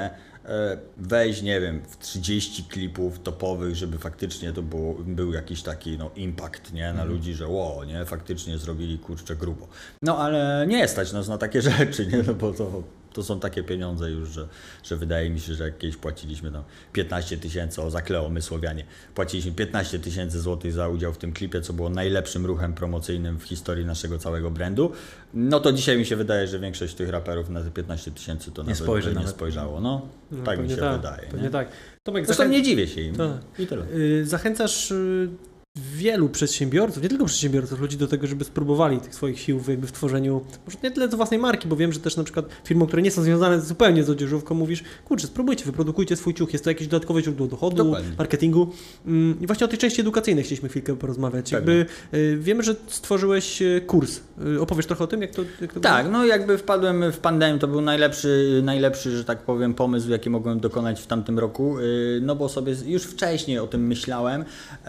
wejść, nie wiem, w trzydzieści klipów topowych, żeby faktycznie to było, był jakiś taki no, impact, nie, na ludzi, że ło, nie, faktycznie zrobili kurczę grubo. No ale nie stać nas na takie rzeczy, nie, no bo to... To są takie pieniądze już, że, że wydaje mi się, że jak kiedyś płaciliśmy tam piętnaście tysięcy, o za Kleo, my Słowianie, płaciliśmy piętnaście tysięcy złotych za udział w tym klipie, co było najlepszym ruchem promocyjnym w historii naszego całego brandu. No to dzisiaj mi się wydaje, że większość tych raperów na te piętnaście tysięcy to nie nawet spojrzy, nie nawet. spojrzało. No, no tak mi się tak, wydaje. Pewnie Nie? tak. Tomek, Zresztą zachę... nie dziwię się im. Tak. I tyle. Yy, zachęcasz yy, wielu przedsiębiorców, nie tylko przedsiębiorców, ludzi do tego, żeby spróbowali tych swoich sił jakby w tworzeniu, może nie tyle do własnej marki, bo wiem, że też na przykład firmom, które nie są związane zupełnie z odzieżówką, mówisz, kurczę, spróbujcie, wyprodukujcie swój ciuch, jest to jakieś dodatkowe źródło dochodu, Dokładnie. marketingu. I właśnie o tej części edukacyjnej chcieliśmy chwilkę porozmawiać. Jakby, yy, wiemy, że stworzyłeś kurs. Yy, opowiesz trochę o tym, jak to, jak to Tak, było? no jakby wpadłem w pandemię, to był najlepszy, najlepszy, że tak powiem, pomysł, jaki mogłem dokonać w tamtym roku, no bo sobie już wcześniej o tym myślałem,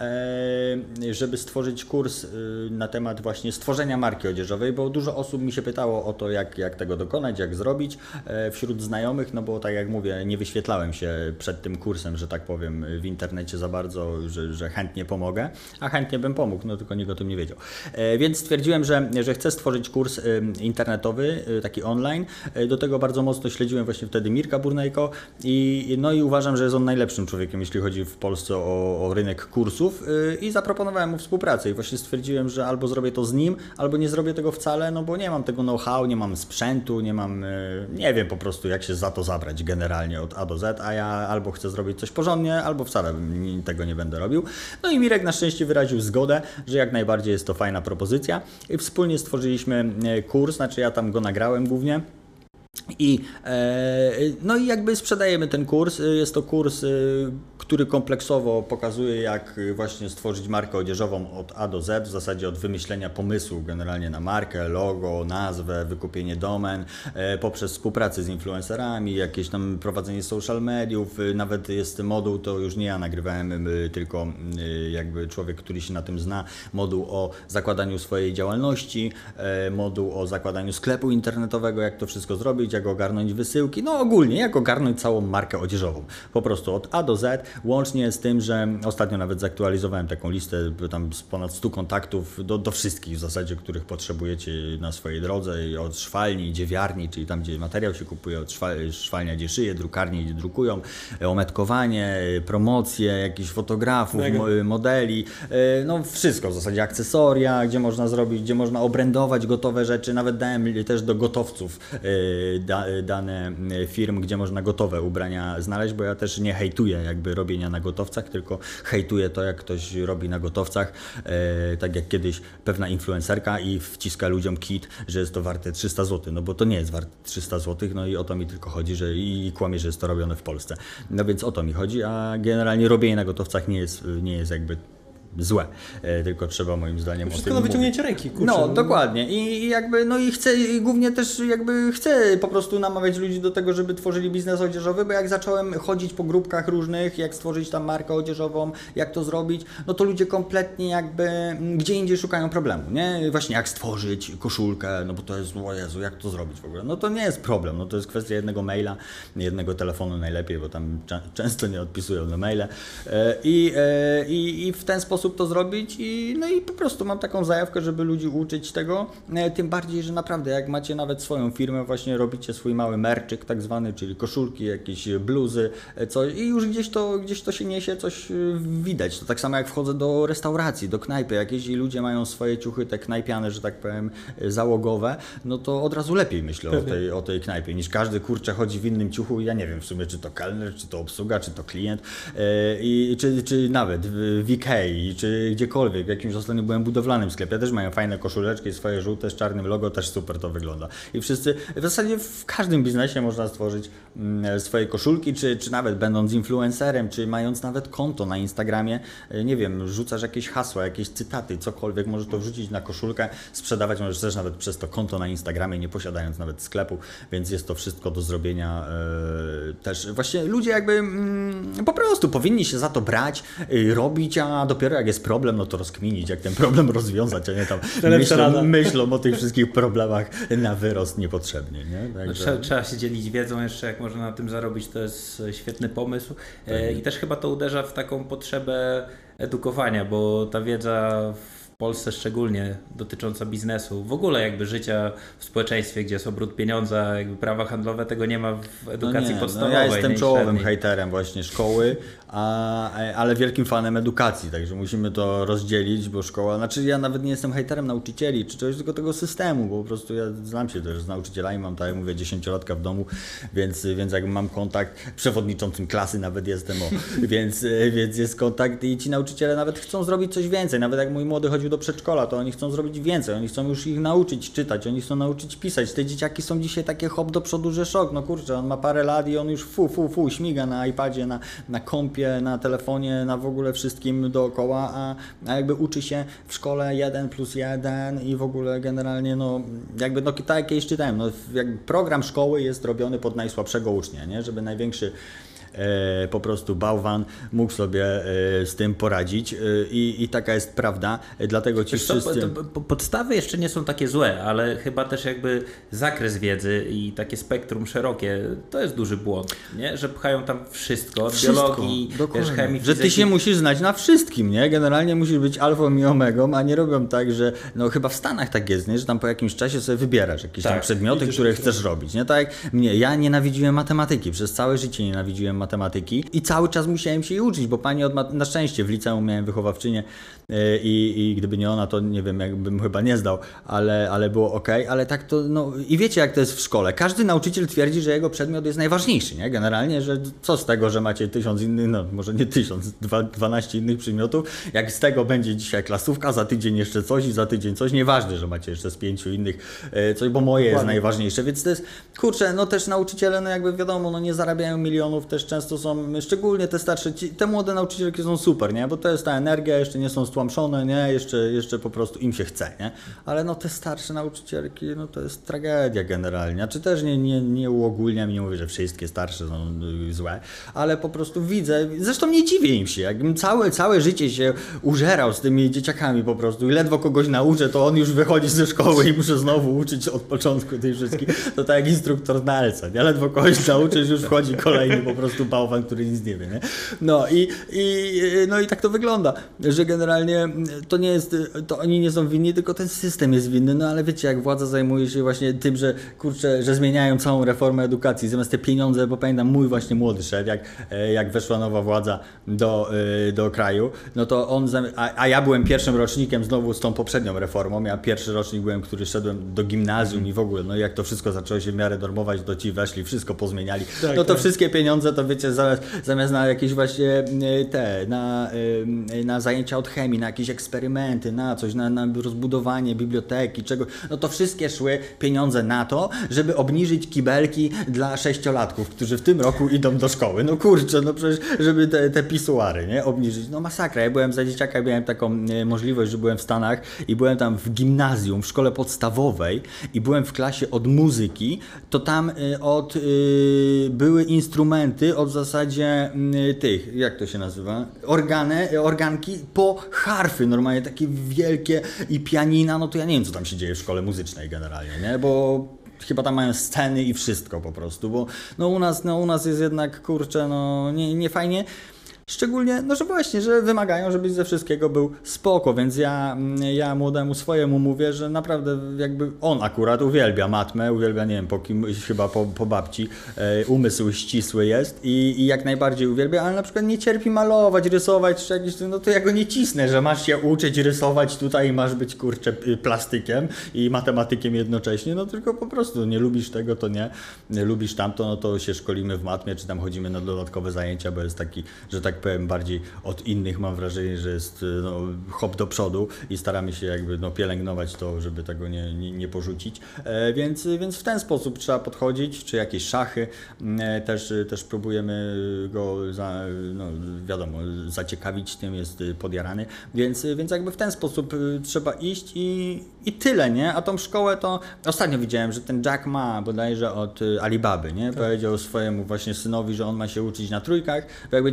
żeby stworzyć kurs na temat właśnie stworzenia marki odzieżowej, bo dużo osób mi się pytało o to, jak, jak tego dokonać, jak zrobić wśród znajomych, no bo tak jak mówię, nie wyświetlałem się przed tym kursem, że tak powiem, w internecie za bardzo, że, że chętnie pomogę, a chętnie bym pomógł, no tylko nikt o tym nie wiedział. Więc stwierdziłem, że, że chcę stworzyć kurs internetowy, taki online. Do tego bardzo mocno śledziłem właśnie wtedy Mirka Burnejko i, no i uważam, że jest on najlepszym człowiekiem, jeśli chodzi w Polsce o, o rynek kursów i zaproponowałem mu współpracę i właśnie stwierdziłem, że albo zrobię to z nim, albo nie zrobię tego wcale, no bo nie mam tego know-how, nie mam sprzętu, nie mam, nie wiem po prostu jak się za to zabrać generalnie od A do Z, a ja albo chcę zrobić coś porządnie, albo wcale tego nie będę robił. No i Mirek na szczęście wyraził zgodę, że jak najbardziej jest to fajna propozycja i wspólnie stworzyliśmy kurs, znaczy ja tam go nagrałem głównie. I, e, no i jakby sprzedajemy ten kurs. Jest to kurs, który kompleksowo pokazuje, jak właśnie stworzyć markę odzieżową od A do Z, w zasadzie od wymyślenia pomysłu generalnie na markę, logo, nazwę, wykupienie domen, e, poprzez współpracę z influencerami, jakieś tam prowadzenie social mediów, nawet jest moduł, to już nie ja nagrywałem, tylko jakby człowiek, który się na tym zna, moduł o zakładaniu swojej działalności, e, moduł o zakładaniu sklepu internetowego, jak to wszystko zrobić, jak ogarnąć wysyłki, no ogólnie jak ogarnąć całą markę odzieżową, po prostu od A do Z, łącznie z tym, że ostatnio nawet zaktualizowałem taką listę tam z ponad stu kontaktów do, do wszystkich w zasadzie, których potrzebujecie na swojej drodze, od szwalni, dziewiarni, czyli tam, gdzie materiał się kupuje, od szwalnia, gdzie szyje, drukarni, gdzie drukują, ometkowanie, promocje, jakichś fotografów, mo modeli, no wszystko w zasadzie, akcesoria, gdzie można zrobić, gdzie można obrędować gotowe rzeczy, nawet dałem też do gotowców Da, dane firm, gdzie można gotowe ubrania znaleźć, bo ja też nie hejtuję jakby robienia na gotowcach, tylko hejtuję to, jak ktoś robi na gotowcach, e, tak jak kiedyś pewna influencerka i wciska ludziom kit, że jest to warte trzysta złotych, no bo to nie jest warte trzysta złotych, no i o to mi tylko chodzi, że i, i kłamie, że jest to robione w Polsce. No więc o to mi chodzi, a generalnie robienie na gotowcach nie jest, nie jest jakby złe, e, tylko trzeba moim zdaniem Wszystko o tym na wyciągnięcie mówić. ręki, kurczę. No, dokładnie. I jakby, no i chcę, i głównie też jakby chcę po prostu namawiać ludzi do tego, żeby tworzyli biznes odzieżowy, bo jak zacząłem chodzić po grupkach różnych, jak stworzyć tam markę odzieżową, jak to zrobić, no to ludzie kompletnie jakby gdzie indziej szukają problemu, nie? Właśnie jak stworzyć koszulkę, no bo to jest, o Jezu, jak to zrobić w ogóle? No to nie jest problem, no to jest kwestia jednego maila, jednego telefonu najlepiej, bo tam często nie odpisują na maile i, i, i w ten sposób to zrobić i no i po prostu mam taką zajawkę, żeby ludzi uczyć tego, tym bardziej, że naprawdę jak macie nawet swoją firmę, właśnie robicie swój mały merczyk tak zwany, czyli koszulki, jakieś bluzy, coś i już gdzieś to, gdzieś to się niesie, coś widać. To tak samo jak wchodzę do restauracji, do knajpy jakieś i ludzie mają swoje ciuchy te knajpiane, że tak powiem, załogowe, no to od razu lepiej myślę o tej, o tej knajpie, niż każdy kurczę chodzi w innym ciuchu i ja nie wiem w sumie, czy to kelner, czy to obsługa, czy to klient i czy, czy nawet w Ikei, czy gdziekolwiek, w jakimś ostatnio byłem budowlanym sklepie, też mają fajne koszuleczki, swoje żółte z czarnym logo, też super to wygląda. I wszyscy, w zasadzie w każdym biznesie można stworzyć mm, swoje koszulki, czy, czy nawet będąc influencerem, czy mając nawet konto na Instagramie, nie wiem, rzucasz jakieś hasła, jakieś cytaty, cokolwiek, możesz to wrzucić na koszulkę, sprzedawać możesz też nawet przez to konto na Instagramie, nie posiadając nawet sklepu, więc jest to wszystko do zrobienia yy, też. Właśnie ludzie jakby yy, po prostu powinni się za to brać, yy, robić, a dopiero jak jak jest problem, no to rozkminić, jak ten problem rozwiązać, a nie tam myślą, myślą, myślą o tych wszystkich problemach na wyrost niepotrzebnie. Nie? Także... No, trzeba, trzeba się dzielić wiedzą jeszcze, jak można na tym zarobić, to jest świetny pomysł. E, I też chyba to uderza w taką potrzebę edukowania, bo ta wiedza w Polsce szczególnie dotycząca biznesu, w ogóle jakby życia w społeczeństwie, gdzie jest obrót pieniądza, jakby prawa handlowe, tego nie ma w edukacji no nie, podstawowej. No ja jestem czołowym średniej. hejterem właśnie szkoły, a, ale wielkim fanem edukacji, także musimy to rozdzielić, bo szkoła, znaczy ja nawet nie jestem hejterem nauczycieli czy czegoś, tylko tego systemu, bo po prostu ja znam się też z nauczycielami, mam tak jak mówię dziesięciolatka w domu, więc, więc jak mam kontakt, przewodniczącym klasy nawet jestem, o, więc, więc jest kontakt i ci nauczyciele nawet chcą zrobić coś więcej, nawet jak mój młody chodził do przedszkola, to oni chcą zrobić więcej, oni chcą już ich nauczyć czytać, oni chcą nauczyć pisać. Te dzieciaki są dzisiaj takie hop do przodu, że szok, no kurczę, on ma parę lat i on już fu, fu, fu, śmiga na iPadzie, na, na kompie, na telefonie, na w ogóle wszystkim dookoła, a, a jakby uczy się w szkole jeden plus jeden i w ogóle generalnie, no jakby, no tak jak kiedyś czytałem, no jakby program szkoły jest robiony pod najsłabszego ucznia, nie, żeby największy E, po prostu bałwan mógł sobie e, z tym poradzić e, i, i taka jest prawda, e, dlatego ci Wiesz co, wszyscy... po- po- podstawy jeszcze nie są takie złe, ale chyba też jakby zakres wiedzy i takie spektrum szerokie, to jest duży błąd, nie? Że pchają tam wszystko, od Wszystko, biologii, dokładnie. wiesz, chemii, że ty fizyki. się musisz znać na wszystkim, nie? Generalnie musisz być alfą i omegą, a nie robią tak, że no chyba w Stanach tak jest, nie? Że tam po jakimś czasie sobie wybierasz jakieś Tak, tam przedmioty, idziesz które do chcesz robić, nie? Tak jak mnie, ja nienawidziłem matematyki, przez całe życie nienawidziłem matematyki i cały czas musiałem się jej uczyć, bo pani od mat- na szczęście w liceum miałem wychowawczynię yy, i, i gdyby nie ona, to nie wiem, jakbym chyba nie zdał, ale, ale było ok, ale tak to, no i wiecie jak to jest w szkole, każdy nauczyciel twierdzi, że jego przedmiot jest najważniejszy, nie? Generalnie, że co z tego, że macie tysiąc innych, no może nie tysiąc, dwa, dwanaście innych przedmiotów, jak z tego będzie dzisiaj klasówka, za tydzień jeszcze coś i za tydzień coś, nieważne, że macie jeszcze z pięciu innych yy, coś, bo moje jest Ładnie. najważniejsze, więc to jest, kurczę, no też nauczyciele, no jakby wiadomo, no nie zarabiają milionów, też często są, szczególnie te starsze, ci, te młode nauczycielki są super, nie, bo to jest ta energia, jeszcze nie są stłamszone, nie, jeszcze, jeszcze po prostu im się chce, nie, ale no te starsze nauczycielki, no to jest tragedia generalnie, czy też nie, nie, nie uogólniam, nie mówię, że wszystkie starsze są złe, ale po prostu widzę, zresztą nie dziwię im się, jakbym całe, całe życie się użerał z tymi dzieciakami po prostu i ledwo kogoś nauczę, to on już wychodzi ze szkoły i muszę znowu uczyć od początku tej wszystkich, to tak jak instruktor na Elce, nie, ledwo kogoś nauczysz, już wchodzi kolejny po prostu bałwan, który nic nie wie, nie? No i, i, no i tak to wygląda, że generalnie to nie jest, to oni nie są winni, tylko ten system jest winny, no ale wiecie, jak władza zajmuje się właśnie tym, że kurczę, że zmieniają całą reformę edukacji, zamiast te pieniądze, bo pamiętam mój właśnie młody szef, jak, jak weszła nowa władza do, do kraju, no to on, a, a ja byłem pierwszym rocznikiem znowu z tą poprzednią reformą, ja pierwszy rocznik byłem, który szedłem do gimnazjum i w ogóle, no jak to wszystko zaczęło się w miarę normować, to ci weszli, wszystko pozmieniali, Tak, no to tak. wszystkie pieniądze to wiecie, zamiast, zamiast na jakieś właśnie te, na, na zajęcia od chemii, na jakieś eksperymenty, na coś, na, na rozbudowanie biblioteki, czego, no to wszystkie szły pieniądze na to, żeby obniżyć kibelki dla sześciolatków, którzy w tym roku idą do szkoły. No kurczę, no przecież, żeby te, te pisuary, nie, obniżyć. No masakra. Ja byłem za dzieciaka, miałem taką e, możliwość, że byłem w Stanach i byłem tam w gimnazjum, w szkole podstawowej i byłem w klasie od muzyki, to tam e, od, e, były instrumenty od w zasadzie e, tych, jak to się nazywa, organy, organki po harfy, normalnie takie wielkie i pianina, no to ja nie wiem, co tam się dzieje w szkole muzycznej generalnie, nie, bo chyba tam mają sceny i wszystko po prostu, bo no u nas, no u nas jest jednak, kurczę, no nie, nie fajnie. Szczególnie, no że właśnie, że wymagają, żebyś ze wszystkiego był spoko, więc ja, ja młodemu swojemu mówię, że naprawdę jakby on akurat uwielbia matmę, uwielbia, nie wiem, po kimś, chyba po, po babci, e, umysł ścisły jest i, i jak najbardziej uwielbia, ale na przykład nie cierpi malować, rysować, czy jakieś, no to ja go nie cisnę, że masz się uczyć rysować tutaj i masz być, kurczę, plastykiem i matematykiem jednocześnie, no tylko po prostu nie lubisz tego, to nie, nie lubisz tamto, no to się szkolimy w matmie, czy tam chodzimy na dodatkowe zajęcia, bo jest taki, że tak powiem, bardziej od innych, mam wrażenie, że jest no, hop do przodu i staramy się jakby no, pielęgnować to, żeby tego nie, nie, nie porzucić, e, więc, więc w ten sposób trzeba podchodzić, czy jakieś szachy, e, też, też próbujemy go, za, no, wiadomo, zaciekawić, tym jest podjarany, więc, więc jakby w ten sposób trzeba iść i, i tyle, nie? A tą szkołę to ostatnio widziałem, że ten Jack Ma bodajże od Alibaby, nie? Powiedział swojemu właśnie synowi, że on ma się uczyć na trójkach, bo jak będzie się uczył na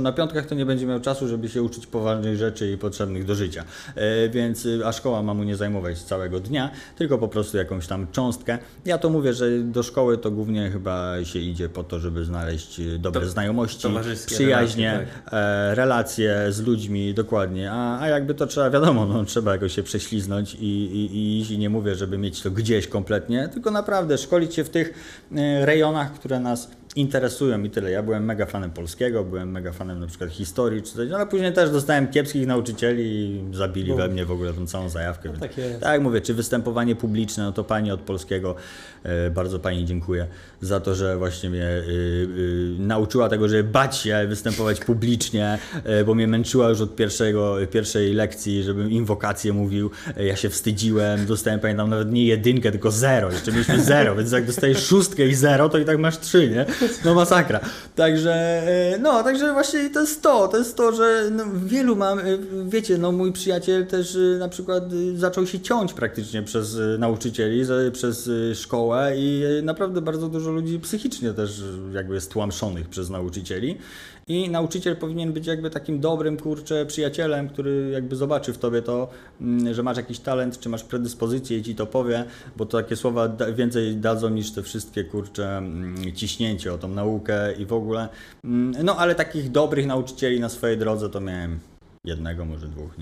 na piątkach to nie będzie miał czasu, żeby się uczyć poważnych rzeczy i potrzebnych do życia. E, więc, a szkoła ma mu nie zajmować całego dnia, tylko po prostu jakąś tam cząstkę. Ja to mówię, że do szkoły to głównie chyba się idzie po to, żeby znaleźć dobre to, znajomości, przyjaźnie, relacje, tak. e, relacje z ludźmi, dokładnie. A, a jakby to trzeba, wiadomo, no, trzeba jakoś się prześliznąć i, i, i nie mówię, żeby mieć to gdzieś kompletnie, tylko naprawdę szkolić się w tych e, rejonach, które nas interesują i tyle. Ja byłem mega fanem polskiego, byłem mega fanem na przykład historii czy coś, ale później też dostałem kiepskich nauczycieli i zabili Bo. we mnie w ogóle tą całą zajawkę. No, tak, jest. Tak jak mówię, czy występowanie publiczne, no to pani od polskiego, e, bardzo pani dziękuję za to, że właśnie mnie e, e, nauczyła tego, żeby bać się występować publicznie, e, bo mnie męczyła już od pierwszego, pierwszej lekcji, żebym inwokację mówił. E, ja się wstydziłem, dostałem, pamiętam, nawet nie jedynkę, tylko zero. Jeszcze mieliśmy zero, więc jak dostajesz szóstkę i zero, to i tak masz trzy, nie? No masakra. Także, no, także właśnie to jest to, to jest to, że no, wielu mam, wiecie, no mój przyjaciel też na przykład zaczął się ciąć praktycznie przez nauczycieli, przez szkołę i naprawdę bardzo dużo ludzi psychicznie też jakby jest tłamszonych przez nauczycieli. I nauczyciel powinien być jakby takim dobrym, kurczę, przyjacielem, który jakby zobaczy w tobie to, że masz jakiś talent, czy masz predyspozycję i ci to powie, bo to takie słowa więcej dadzą niż te wszystkie, kurczę, ciśnięcie o tą naukę i w ogóle. No ale takich dobrych nauczycieli na swojej drodze to miałem jednego, może dwóch, nie?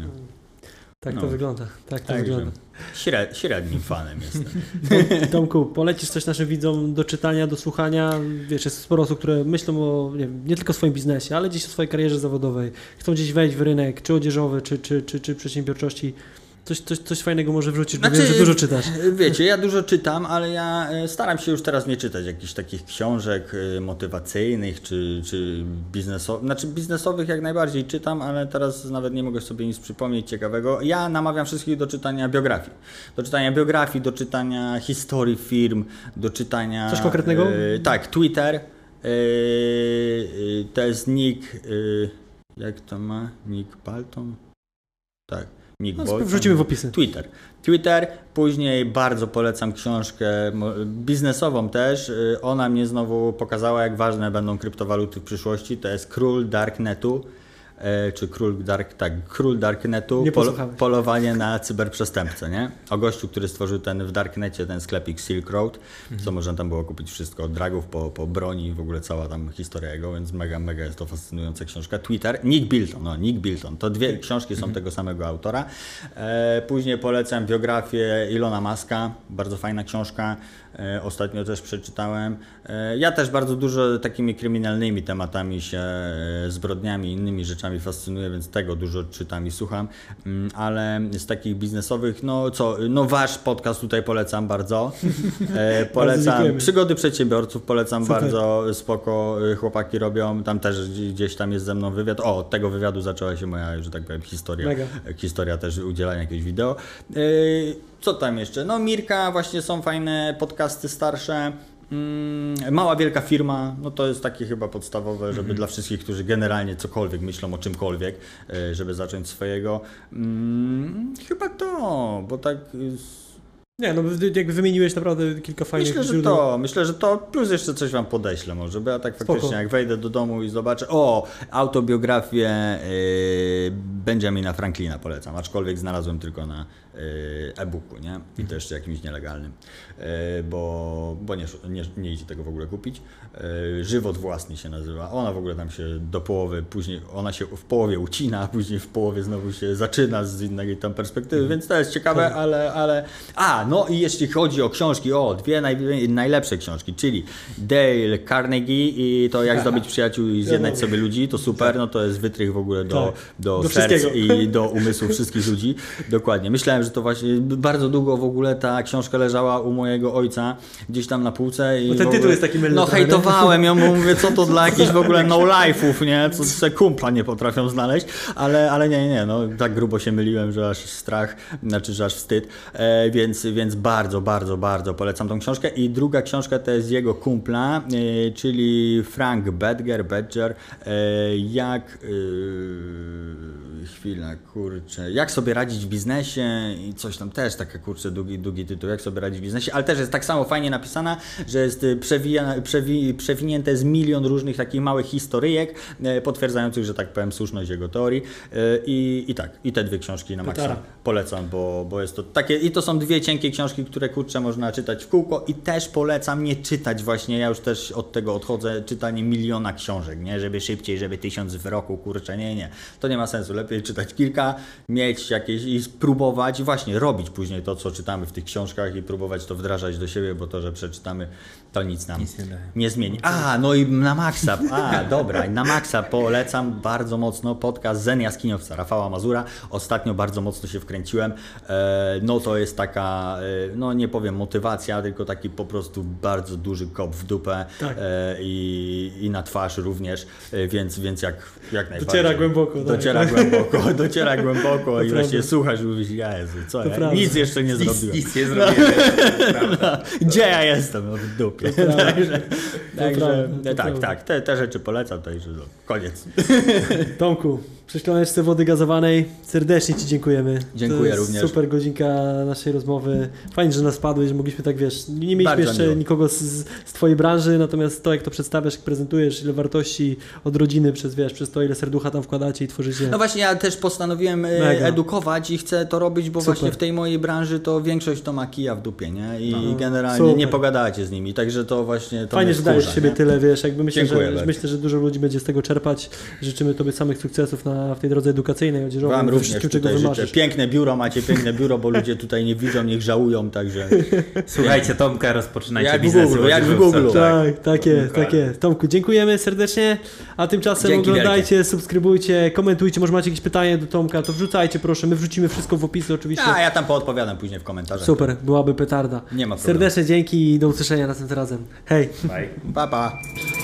Tak no. to wygląda. Tak to tak, wygląda. Śred, średnim fanem jestem. Tomku, polecisz coś naszym widzom do czytania, do słuchania? Wiesz, jest sporo osób, które myślą o, nie wiem, nie tylko o swoim biznesie, ale gdzieś o swojej karierze zawodowej. Chcą gdzieś wejść w rynek, czy odzieżowy, czy, czy, czy, czy przedsiębiorczości. Coś, coś, coś fajnego może wrzucić, bo znaczy, wiem, że dużo czytasz. Wiecie, ja dużo czytam, ale ja staram się już teraz nie czytać jakichś takich książek motywacyjnych czy, czy biznesowych. Znaczy biznesowych jak najbardziej czytam, ale teraz nawet nie mogę sobie nic przypomnieć ciekawego. Ja namawiam wszystkich do czytania biografii. Do czytania biografii, do czytania historii firm, do czytania... Coś konkretnego? E, tak, Twitter. E, to jest Nick... E, jak to ma? Nick Balton? Tak. Nick no, Bolton. Wrzucimy w opisy. Twitter. Twitter, później bardzo polecam książkę biznesową też. Ona mnie znowu pokazała, jak ważne będą kryptowaluty w przyszłości. To jest Król Darknetu, czy Król Dark, tak, Król Darknetu, pol, polowanie na cyberprzestępcę, nie? O gościu, który stworzył ten w Darknecie ten sklepik Silk Road, mhm. co można tam było kupić wszystko, od dragów po, po broni, w ogóle cała tam historia jego, więc mega, mega jest to fascynująca książka. Twitter, Nick Bilton, no Nick Bilton, to dwie książki są mhm. tego samego autora. E, później polecam biografię Ilona Muska, bardzo fajna książka. Ostatnio też przeczytałem. Ja też bardzo dużo takimi kryminalnymi tematami się, zbrodniami, innymi rzeczami fascynuję, więc tego dużo czytam i słucham, ale z takich biznesowych, no co, no wasz podcast tutaj polecam bardzo. Polecam bardzo Przygody Przedsiębiorców, polecam Super. bardzo, spoko chłopaki robią, tam też gdzieś tam jest ze mną wywiad. O, od tego wywiadu zaczęła się moja, że tak powiem, historia, Mega. historia też udzielania jakiegoś wideo. Co tam jeszcze? No Mirka, właśnie są fajne podcasty starsze. Mm, mała, wielka firma, no to jest takie chyba podstawowe, żeby mm. dla wszystkich, którzy generalnie cokolwiek myślą o czymkolwiek, żeby zacząć swojego. Mm, chyba to, bo tak... Nie, no jakby wymieniłeś naprawdę kilka fajnych Myślę, że źródeł. to, myślę, że to, plus jeszcze coś wam podeślę może, bo ja tak faktycznie Spoko. jak wejdę do domu i zobaczę, o, autobiografię yy, Benjamina Franklina polecam, aczkolwiek znalazłem tylko na yy, e-booku, nie? I to jeszcze jakimś nielegalnym, yy, bo, bo nie, nie, nie idzie tego w ogóle kupić. Yy, Żywot własny się nazywa, ona w ogóle tam się do połowy, później ona się w połowie ucina, a później w połowie znowu się zaczyna z innej tam perspektywy, mm. więc to jest ciekawe, ale, ale, a, no i jeśli chodzi o książki, o dwie naj, najlepsze książki, czyli Dale Carnegie i to jak zdobyć przyjaciół i zjednać sobie ludzi, to super, no to jest wytrych w ogóle do, tak. do, do serc i do umysłu wszystkich ludzi. Dokładnie. Myślałem, że to właśnie bardzo długo w ogóle ta książka leżała u mojego ojca gdzieś tam na półce. I bo ten ogóle, tytuł jest taki mylny. No hejtowałem ją, bo mówię, co to dla jakichś w ogóle no-life'ów, nie? Co se kumpla nie potrafią znaleźć, ale, ale nie, nie, no tak grubo się myliłem, że aż strach, znaczy, że aż wstyd, e, więc, więc bardzo, bardzo, bardzo polecam tą książkę. I druga książka to jest jego kumpla, e, czyli Frank Badger, Badger, e, jak, e, chwila, kurczę. Jak sobie radzić w biznesie i coś tam też, taka kurczę, długi, długi tytuł, jak sobie radzić w biznesie, ale też jest tak samo fajnie napisana, że jest przewija, przewi, przewinięte z milion różnych takich małych historyjek, potwierdzających, że tak powiem, słuszność jego teorii. I, i tak, i te dwie książki na maksa Pytara. polecam, bo, bo jest to takie, i to są dwie cienkie książki, które kurczę można czytać w kółko i też polecam nie czytać właśnie, ja już też od tego odchodzę, czytanie miliona książek, nie, żeby szybciej, żeby tysiąc w roku, kurczę, nie, nie, to nie ma sensu, lepiej czytać kilka, mieć jakieś i spróbować, właśnie robić później to, co czytamy w tych książkach i próbować to wdrażać do siebie, bo to, że przeczytamy, to nic nam Nic nie daje. nie zmieni. A, no i na maksa, a, dobra, na maksa polecam bardzo mocno podcast Zen Jaskiniowca, Rafała Mazura, ostatnio bardzo mocno się wkręciłem, e, no to jest taka, e, no nie powiem motywacja, tylko taki po prostu bardzo duży kop w dupę Tak. e, i, i na twarz również, e, więc, więc jak, jak najbardziej. Dociera głęboko. Dociera tak. głęboko, dociera głęboko i prawda. właśnie słuchasz i mówisz, ja Jezu, co To ja, prawda. nic jeszcze nie Nic, zrobiłem. nic nie zrobiłem. No, gdzie ja jestem? No, w dupie. prawda. Także, także prawda, to tak, prawda. tak, te, te rzeczy polecam, także no, koniec. Tomku, przy szklaneczce wody gazowanej serdecznie Ci dziękujemy. Dziękuję to jest również. super godzinka naszej rozmowy. Fajnie, że nas padłeś, że mogliśmy tak, wiesz, nie mieliśmy Bardzo jeszcze miło. nikogo z, z Twojej branży, natomiast to, jak to przedstawiasz, jak prezentujesz, ile wartości od rodziny przez, wiesz, przez to, ile serducha tam wkładacie i tworzycie. No właśnie, ja też postanowiłem e, Mega. edukować i chcę to robić, bo Super. właśnie w tej mojej branży to większość to ma kija w dupie, nie? I No, generalnie super. nie pogadacie z nimi, także to właśnie to Fajnie, mnie że dajesz wkurza, siebie nie? tyle, wiesz, jakby myślę, Dziękuję że, bardzo. myślę, że dużo ludzi będzie z tego czerpać. Życzymy Tobie samych sukcesów na, w tej drodze edukacyjnej, odzieżowej, Wam we również wszystkim, czego tutaj życzę. wymarzysz. Piękne biuro, macie piękne biuro, bo ludzie tutaj nie widzą, niech żałują, także Słuchajcie Tomka, rozpoczynajcie Jak w biznes. Google, jak w Google. Tak, tak jest, tak Dokładnie. jest. Tomku, dziękujemy serdecznie, a tymczasem Dzięki oglądajcie, subskrybujcie, komentujcie, może macie jakieś pytanie do Tomka, to wrzucajcie proszę, my wrzucimy wszystko w opisie oczywiście. a ja tam poodpowiadam później w komentarzach. Super, byłaby petarda. Nie ma problemu. Serdecznie dzięki i do usłyszenia następnym razem. Hej! Bye. Pa, pa.